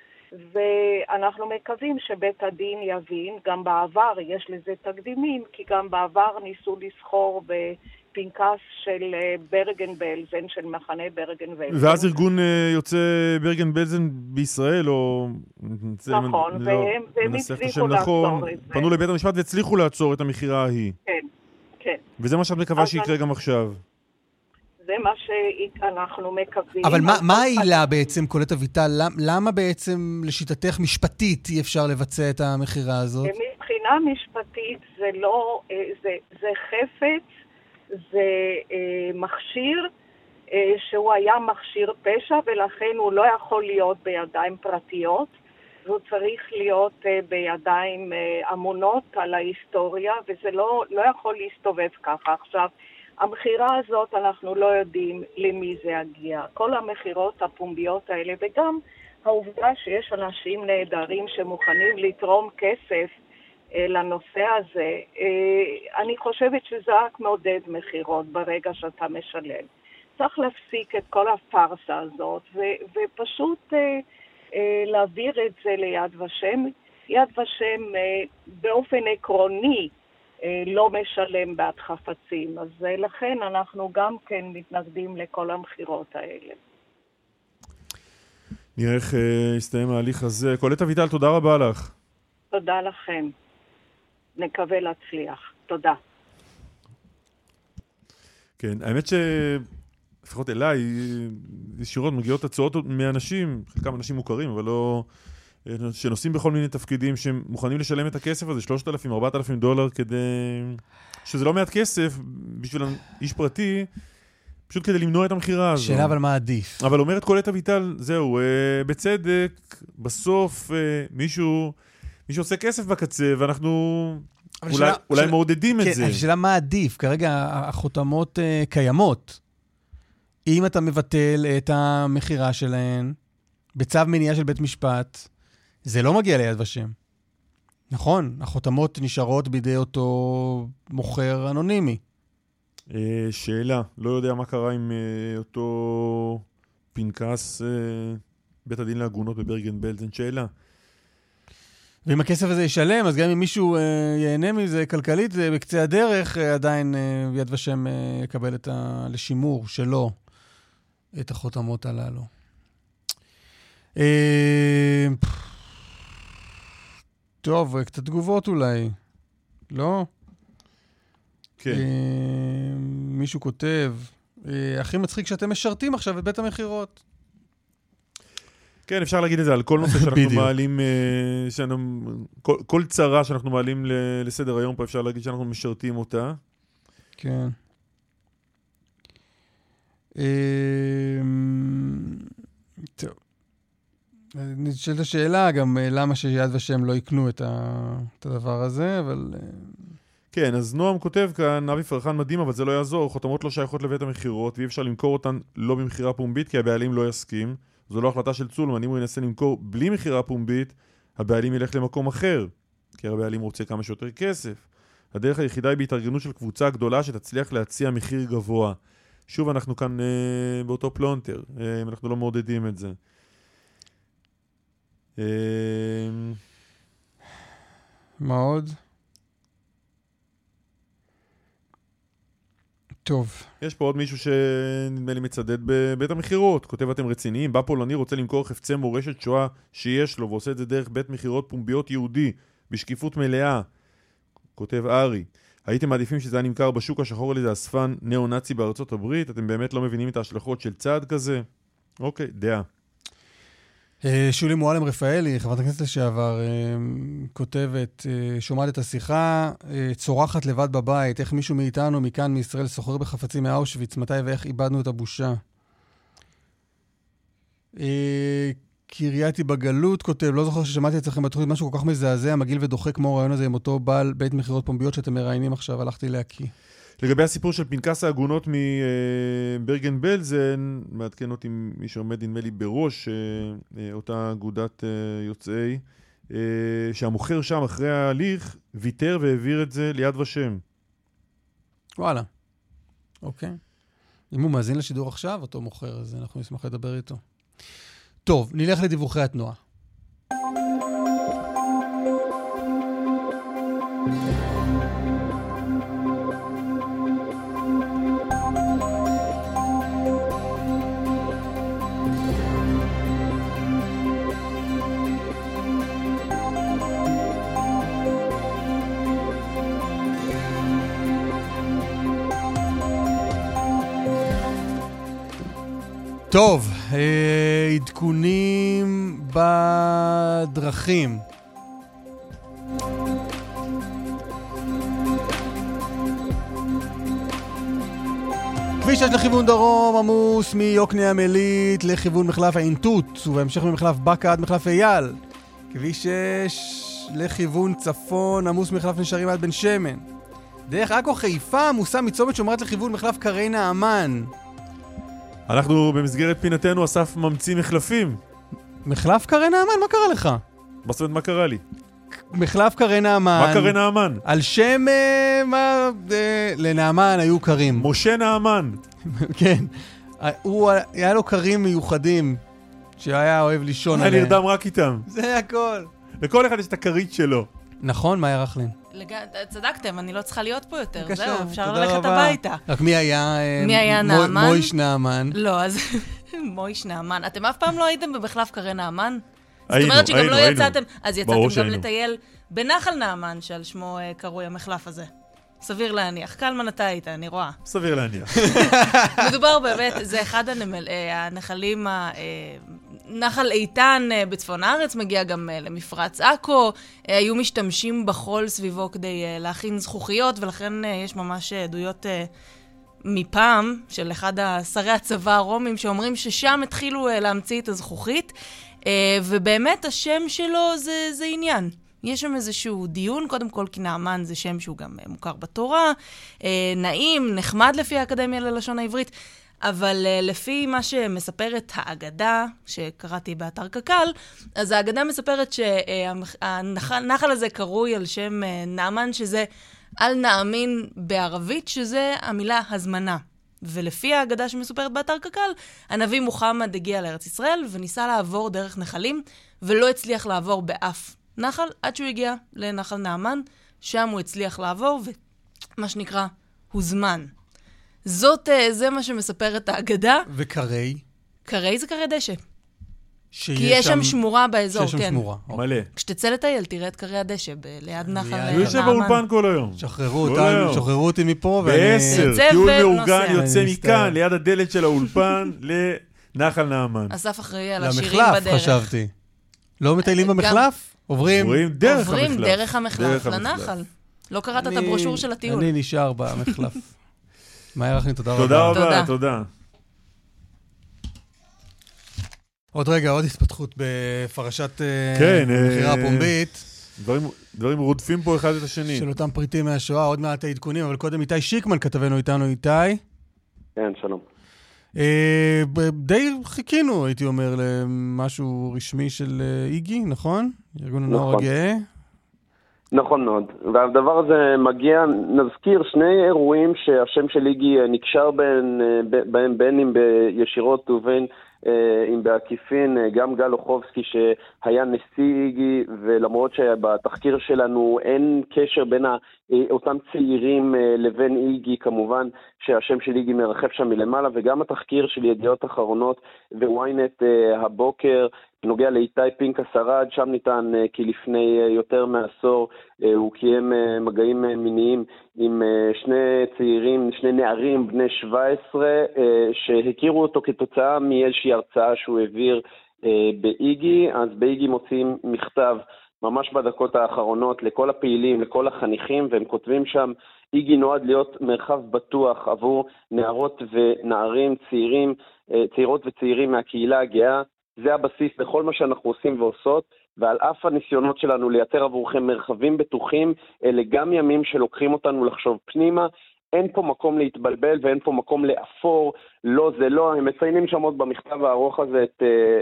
ואנחנו מקווים שבית הדין יבין. גם בעבר יש לזה תקדימים, כי גם בעבר ניסו לסחור בפנקס של ברגן-בלזן, של מחנה ברגן-בלזן. ואז ארגון יוצא ברגן-בלזן בישראל, או... נכון, והם הצליחו לעצור את זה. פנו לבית המשפט והצליחו לעצור את המחירה ההיא. כן, כן. וזה מה שאת מקווה שיקרה גם עכשיו. זה מה שאנחנו מקווים. אבל מה העילה בעצם, קולט אביטל? למה בעצם לשיטתך משפטית אי אפשר לבצע את המחירה הזאת? מבחינה משפטית זה לא, זה חפץ, זה מכשיר שהוא היה מכשיר פשע, ולכן הוא לא יכול להיות בידיים פרטיות, והוא צריך להיות בידיים אמונות על ההיסטוריה, וזה לא יכול להסתובב ככה. עכשיו, המחירה הזאת אנחנו לא יודעים למי זה יגיע. כל המחירות הפומביות האלה, וגם העובדה שיש אנשים נהדרים שמוכנים לתרום כסף לנושא הזה, אני חושבת שזה רק מעודד מחירות ברגע שאתה משלם. צריך להפסיק את כל הפרסה הזאת ופשוט להעביר את זה ליד ושם. יד ושם באופן עקרוני לא משלם בעד חפצים. אז לכן אנחנו גם כן מתנגדים לכל המחירות האלה. נראה איך יסתיים ההליך הזה. קולט אביטל, תודה רבה לך. תודה לכם. נקווה להצליח. תודה. כן, האמת לפחות אליי, ישירות מגיעות הצעות מאנשים, חלקם אנשים מוכרים, אבל לא, שנוסעים בכל מיני תפקידים שמוכנים לשלם את הכסף הזה, $3,000-4,000 כדי, שזה לא מעט כסף בשביל איש פרטי, פשוט כדי למנוע את המחירה הזו. שאלה אבל מה עדיף? אבל אומרת קולט אביטל, זהו, בצדק, בסוף מישהו עושה כסף בקצה, ואנחנו אולי מעודדים את זה. השאלה מה עדיף? כרגע החותמות קיימות. אם אתה מבטל את המחירה שלהן בצו מניעה של בית משפט, זה לא מגיע ליד ושם. נכון, החותמות נשארות בידי אותו מוכר אנונימי. שאלה, לא יודע מה קרה עם אותו פנקס בית הדין לעגונות בברגן בלזן, שאלה. ואם הכסף הזה ישלם, אז גם אם מישהו ייהנה מזה כלכלית, בקצה הדרך עדיין יד ושם יקבל לשימור שלו את החותמות הללו. טוב, קצת תגובות אולי. לא? כן. מישהו כותב, הכי מצחיק שאתם משרתים עכשיו את בית המחירות. כן, אפשר להגיד את זה על כל נושא שאנחנו מעלים, כל צרה שאנחנו מעלים לסדר היום פה, אפשר להגיד שאנחנו משרתים אותה. כן. טוב. נשאלת השאלה גם למה שיד ושם לא יקנו את הדבר הזה, אבל... כן, אז נועם כותב כאן, אבי פרחן מדהים, אבל זה לא יעזור, חותמות לא שייכות לבית המחירות, ואי אפשר למכור אותן לא במחירה פומבית, כי הבעלים לא יסכים. זו לא החלטה של צולמן, אם הוא ינסה למכור בלי מחירה פומבית, הבעלים ילך למקום אחר, כי הבעלים רוצה כמה שיותר כסף. הדרך היחידה היא בהתארגנות של קבוצה גדולה שתצליח להציע מחיר גבוה. שוב, אנחנו כאן באותו פלונטר, אנחנו לא מעודדים את זה. מה עוד? טוב. יש פה עוד מישהו שנדמה לי מצדד בבית המחירות. כותב, אתם רציניים, בא פולני רוצה למכור חפצי מורשת שואה שיש לו, ועושה את זה דרך בית מחירות פומביות יהודי, בשקיפות מלאה. כותב ארי, הייתם מעדיפים שזה היה נמכר בשוק השחור על ידי אספן נאו-נאצי בארצות הברית? אתם באמת לא מבינים את ההשלכות של צעד כזה? אוקיי, דעה. שולי מועלם רפאלי, חברת הכנסת לשעבר, כותבת, שומעת את השיחה, צורחת לבד בבית, איך מישהו מאיתנו, מכאן, מישראל, סוחר בחפצים מאושוויץ, מתי ואיך איבדנו את הבושה. קרייתי בגלות, כותב, לא זוכר ששמעתי אצלכם בתוכנית משהו כל כך מזעזע, מגעיל ודוחק כמו הרעיון הזה עם אותו בעל בית מחירות פומביות שאתם מראיינים עכשיו, הלכתי להקיא. לגבי הסיפור של פנקס העגונות מברגן בלזן, מעדכן אותי מי שעומד נדמה לי בראש אותה אגודת יוצאי, שהמוכר שם אחרי ההליך ויתר והעביר את זה ליד ושם. וואלה. אוקיי. אם הוא מאזין לשידור עכשיו, אותו מוכר, אז אנחנו נשמח לדבר איתו. טוב, נלך לדיווחי התנועה. טוב, עדכונים בדרכים. כביש 6 לכיוון דרום עמוס מיוקנעם עילית לכיוון מחלף העינתות, ובהמשך ממחלף בקה עד מחלף אייל. כביש 6 לכיוון צפון עמוס מחלף נשרים עד בן שמן. דרך עכו חיפה עמוסה מצומת שומרת לכיוון מחלף קרי נעמן. אנחנו במסגרת פינתנו אסף ממציא מחלפים. מחלף קרי נעמן? מה קרה לך? בסוף מה קרה לי? מחלף קרי נעמן. מה קרי נעמן? על שם לנעמן היו קרים. משה נעמן. כן. היה לו קרים מיוחדים שהיה אוהב לישון עליהם. היה נרדם רק איתם. זה הכל. לכל אחד יש את הקרית שלו. נכון, מאיה רחלין. צדקתם, אני לא צריכה להיות פה יותר. זהו, אפשר ללכת הביתה. רק מי היה? מי היה נעמן? מויש נעמן. לא, אז מויש נעמן. אתם אף פעם לא הייתם במחלף קרי נעמן? זאת אומרת שגם לא יצאתם, אז יצאתם גם לטייל בנחל נעמן, שעל שמו קרוי המחלף הזה. סביר להניח. קלמן אתה היית, אני רואה. סביר להניח. מדובר באמת, זה אחד הנחלים, נחל איתן בצפון הארץ, מגיע גם למפרץ עכו, היו משתמשים בחול סביבו כדי להכין זכוכיות, ולכן יש ממש עדויות מפעם של אחד שרי הצבא הרומים, שאומרים ששם התחילו להמציא את הזכוכית, ובאמת השם שלו זה עניין. יש שם איזשהו דיון, קודם כל כי נעמן זה שם שהוא גם מוכר בתורה, נעים, נחמד לפי האקדמיה ללשון העברית, אבל לפי מה שמספרת האגדה, שקראתי באתר קק"ל, אז האגדה מספרת שהנחל הזה קרוי על שם נעמן, שזה על נעמין בערבית, שזה המילה הזמנה. ולפי האגדה שמסופרת באתר קק"ל, הנביא מוחמד הגיע לארץ ישראל וניסה לעבור דרך נחלים, ולא הצליח לעבור באף נחל, עד שהוא הגיע לנחל נעמן, שם הוא הצליח לעבור, ומה שנקרא, הוזמן. זה מה שמספרת האגדה. וקרי? קרי זה קרי דשא. כי יש שם שמורה באזור, כן. שיש שם שמורה. מלא. כשתצא לטייל, תראה את קרי הדשא, ליד נחל נעמן. הוא יושב באולפן כל היום. שחררו אותי מפה. ב10, טיול מאורגן יוצא מכאן, ליד הדלת של האולפן, לנחל נעמן. אסף אחראי על השירים בדרך. למחלף חשבתי. לא מטיילים במחלף? עוברים דרך המחלף לנחל. לא קראת את הברושור של הטיול. אני נשאר במחלף. מאיה רחני, תודה רבה. תודה רבה, תודה. עוד רגע, עוד התפתחות בפרשת מחירה הפומבית. דברים רודפים פה אחד את השני. של אותם פריטים מהשואה, עוד מעט העדכונים, אבל קודם איתי שיקמן כתבנו איתנו. איתי. כן, שלום. די חיכינו, הייתי אומר, למשהו רשמי של איגי, נכון? ארגון הנוער הגאה. נכון מאוד. והדבר הזה מגיע, נזכיר שני אירועים שהשם של איגי נקשר בהם בין אם בישירות ובין אם בעקיפין, גם גל אוחובסקי שהיה נשיא איגי, ולמרות שבתחקיר שלנו אין קשר בין אותם צעירים לבין איגי, כמובן שהשם של איגי מרחף שם מלמעלה, וגם התחקיר של ידיעות אחרונות וויינט הבוקר, נוגע לאיתי פינקס ארד, שם נטען כי לפני יותר מעשור הוא קיים מגעים מיניים עם שני נערים בני 17 שהכירו אותו כתוצאה מאיזושהי הרצאה שהוא העביר באיגי. אז באיגי מוצאים מכתב ממש בדקות האחרונות לכל הפעילים, לכל החניכים, והם כותבים שם: איגי נועד להיות מרחב בטוח עבור נערות ונערים צעירות וצעירים מהקהילה הגאה. זה הבסיס לכל מה שאנחנו עושים ועושות, ועל אף הניסיונות שלנו לייצר עבורכם מרחבים בטוחים, אלה גם ימים שלוקחים אותנו לחשוב פנימה. אין פה מקום להתבלבל ואין פה מקום לאפור, לא זה לא. הם מציינים שם עוד במכתב הארוך הזה את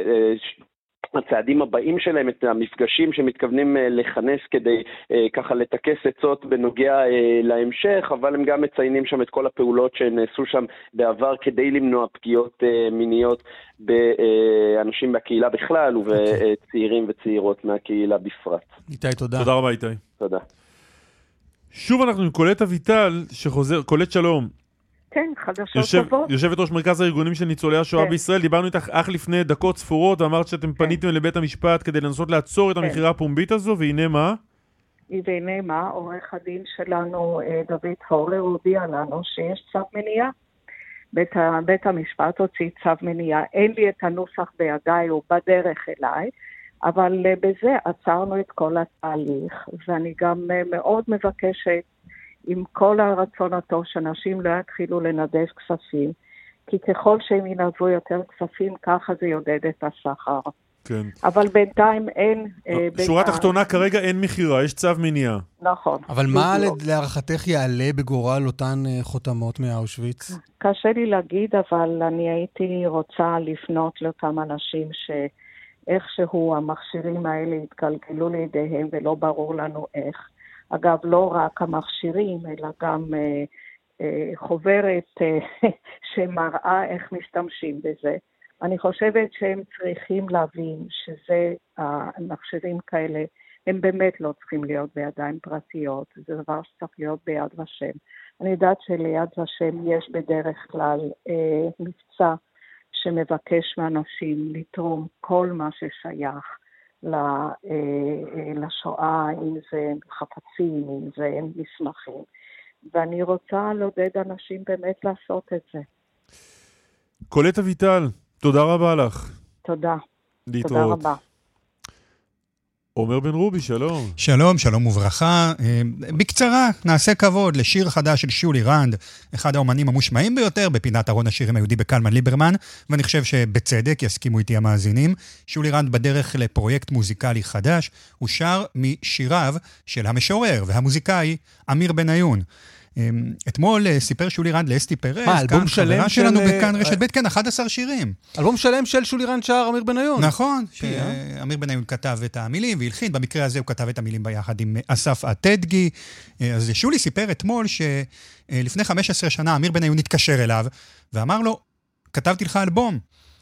הצעדים הבאים שלהם, את המפגשים שמתכוונים לכנס כדי ככה לתקס עצות בנוגע להמשך, אבל הם גם מציינים שם את כל הפעולות שנעשו שם בעבר כדי למנוע פגיעות מיניות באנשים מהקהילה בכלל ובצעירים וצעירות מהקהילה בפרט. איתי, תודה. תודה רבה, איתי. תודה. שוב אנחנו עם קולט אביטל שחוזר, קולט שלום. כן, חדשות טובות. יושבת ראש מרכז הארגונים של ניצולי השואה בישראל, דיברנו איתך אך לפני דקות ספורות, ואמרת שאתם פניתם לבית המשפט כדי לנסות לעצור את המחירה הפומבית הזו, והנה מה? והנה מה, עורך הדין שלנו, דוד הורר, הודיע לנו שיש צו מניעה. בית המשפט הוציא צו מניעה. אין לי את הנוסח בידיי או בדרך אליי, אבל בזה עצרנו את כל התהליך, ואני גם מאוד מבקשת עם כל הרצון הטוב שאנשים לא יתחילו לנדב כספים, כי ככל שהם ינדבו יותר כספים, ככה זה יודד את הסחר. כן. אבל בינתיים אין... שורה תחתונה, כרגע אין מחירה, יש צו מניעה. נכון. אבל מה להערכתך יעלה בגורל אותן חותמות מאושוויץ? קשה לי להגיד, אבל אני הייתי רוצה לפנות לאותם אנשים שאיכשהו המכשירים האלה התגלגלו לידיהם ולא ברור לנו איך. אגב, לא רק המכשירים, אלא גם חוברת שמראה איך משתמשים בזה. אני חושבת שהם צריכים להבין שזה, המכשירים כאלה הם באמת לא צריכים להיות בידיים פרטיות, זה דבר שצריך להיות ביד ושם. אני יודעת שליד ושם יש בדרך כלל מבצע שמבקש מאנשים לתרום כל מה ששייך לשואה, אם זה חפצים, אם זה מסמכים. ואני רוצה לעודד אנשים באמת לעשות את זה. קולט אביטל, תודה רבה לך. תודה. להתראות. תודה רבה. עומר בן רובי, שלום. שלום, שלום וברכה. בקצרה, נעשה כבוד לשיר חדש של שולי רנד, אחד האומנים המושמעים ביותר בפינת ארון השירים היהודי בקלמן ליברמן, ואני חושב שבצדק יסכימו איתי המאזינים. שולי רנד בדרך לפרויקט מוזיקלי חדש, הוא שר משיריו של המשורר והמוזיקאי אמיר בניון. אתמול סיפר שולי רנד לאסתי פרס, אלבום שלם שלנו בכאן רשת ב', כן, 11 שירים. אלבום שלם של שולי רנד שר אמיר בניון. נכון, שאמיר בניון כתב את המילים והלחין, במקרה הזה הוא כתב את המילים ביחד עם אסף עתדגי. אז שולי סיפר אתמול שלפני 15 שנה אמיר בניון התקשר אליו, ואמר לו, כתבתי לך אלבום.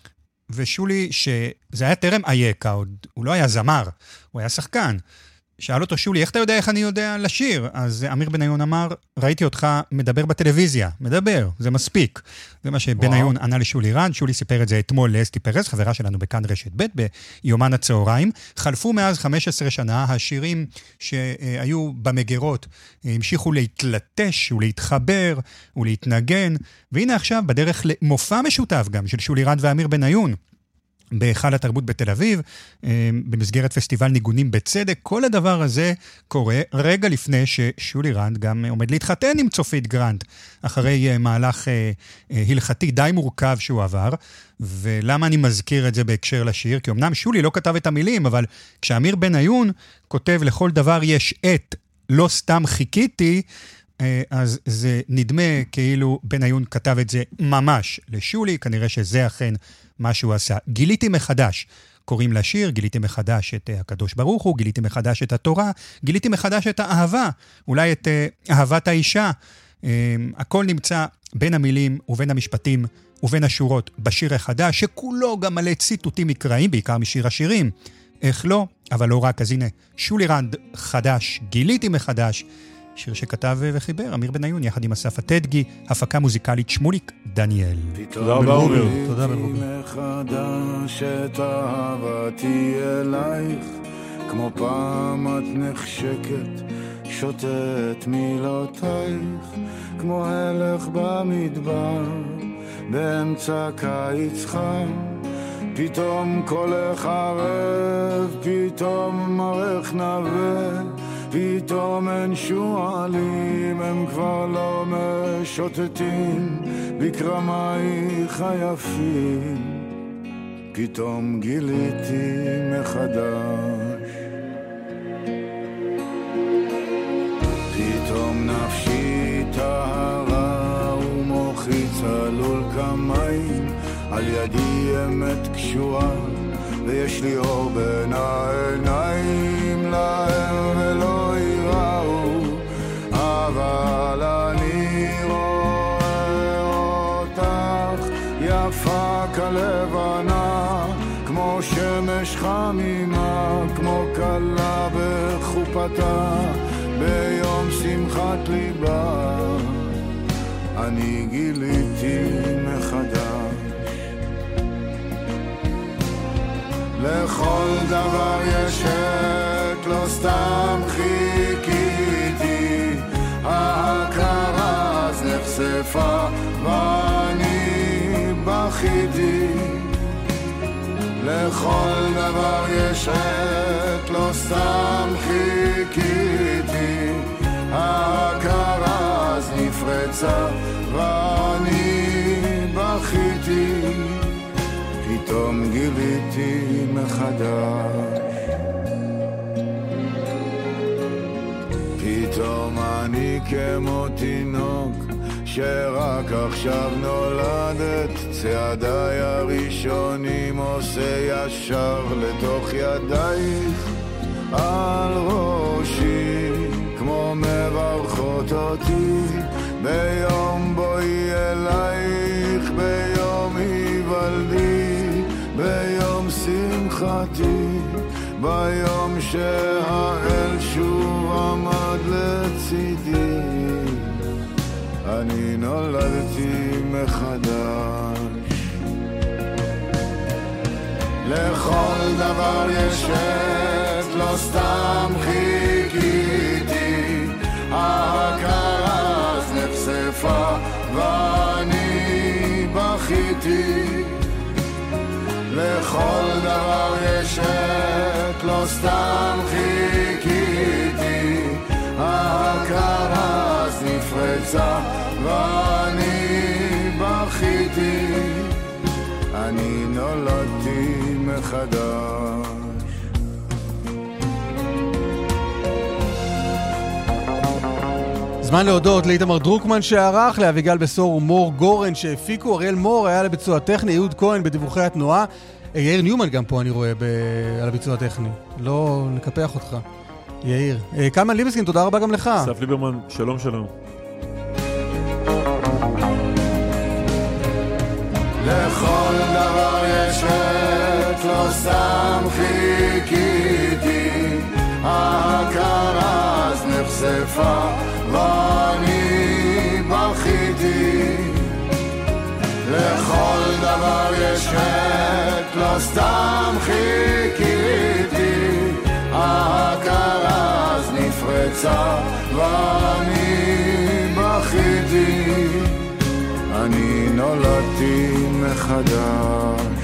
ושולי, שזה היה טרם אייכה, הוא לא היה זמר, הוא היה שחקן. שאל אותו שולי, איך אתה יודע איך אני יודע לשיר? אז אמיר בניון אמר, ראיתי אותך מדבר בטלוויזיה. מדבר, זה מספיק. זה מה שבניון ענה לשולי רנד. שולי סיפר את זה אתמול לאסתי פרס, חברה שלנו בכאן רשת ב' ביומן הצהריים. חלפו מאז 15 שנה, השירים שהיו במגירות המשיכו להתלטש ולהתחבר ולהתנגן. והנה עכשיו בדרך למופע משותף גם של שולי רנד ואמיר בניון. בהיכל התרבות בתל אביב, במסגרת פסטיבל ניגונים בצדק. כל הדבר הזה קורה רגע לפני ששולי רנד גם עומד להתחתן עם צופית גרנט, אחרי מהלך הלכתי די מורכב שהוא עבר. ולמה אני מזכיר את זה בהקשר לשיר? כי אמנם שולי לא כתב את המילים, אבל כשאמיר בניון כותב לכל דבר יש עת, לא סתם חיכיתי, אז זה נדמה כאילו בניון כתב את זה ממש לשולי, כנראה שזה אכן מה שהוא עשה. גיליתי מחדש, קוראים לשיר, גיליתי מחדש את הקדוש ברוך הוא, גיליתי מחדש את התורה, גיליתי מחדש את האהבה, אולי את אהבת האישה. הכל נמצא בין המילים ובין המשפטים ובין השורות בשיר החדש, שכולו גם מלא ציטוטים מקראיים, בעיקר משיר השירים. איך לא? אבל לא רק. אז הנה, שולי רנד חדש, גיליתי מחדש, שיר שכתב וחיבר אמיר בניון יחד עם אסף עתדגי, הפקה מוזיקלית שמוליק דניאל. תודה רבה עומר. תודה בן רובי. מחדש את אהבתי אלייך, כמו פעם את נחשקת, שוטט מילותייך, כמו הלך במדבר, באמצע קיץ חם, פתאום קולך ערב, פתאום מרך נווה, פתאום אין שואלים, הם כבר לא משוטטים בקרמייך היפים. פתאום גיליתי מחדש, פתאום נפשי טהרה ומוחי צלול כמים, על ידי אמת קשורה ויש לי אור בין העיניים, להם ולא יראו, אבל אני רואה אותך יפה כלבנה, כמו שמש חמימה, כמו קלה בחופתה, ביום שמחת ליבה אני גיליתי מחדש. לכל דבר יש עת, לא סתם חיכיתי, ההכרה אז נחשפה ואני בכיתי. לכל דבר יש עת, לא סתם חיכיתי, ההכרה אז נפרצה ואני בכיתי. פתאום גיליתי מחדש, פתאום אני כמו תינוק שרק עכשיו נולדת, צעדיי הראשונים עושה ישר לתוך ידייך, על ראשי כמו מברכות אותי, ביום בואי אלייך, ביום היוולדי, ביום שמחתי, ביום שהאל אני נולדתי מחדש. לכל דבר יש עת, לא סתם חיכיתי, ההכרה אז נחשפה ואני בכיתי. לכל דבר יש עת, לא סתם חיכיתי, ההכרה אז נפרצה ואני בכיתי. אני נולדתי מחדש. זמן להודות לאיתמר דרוקמן שערך, לאביגל בסור ומור גורן שהפיקו, אריאל מור היה לביצוע טכני, יהוד כהן בדיווחי התנועה, יאיר ניומן גם פה אני רואה על הביצוע הטכני. לא נקפח אותך, יאיר. קלמן ליבסקין, תודה רבה גם לך. אסף ליברמן, שלום שלום. לכל דבר יש עת, לא סתם חיכיתי, ההכרה אז נחשפה ואני בכיתי. לכל דבר יש עת, לא סתם חיכיתי, ההכרה אז נפרצה ואני בכיתי. אני נולדתי מחדש.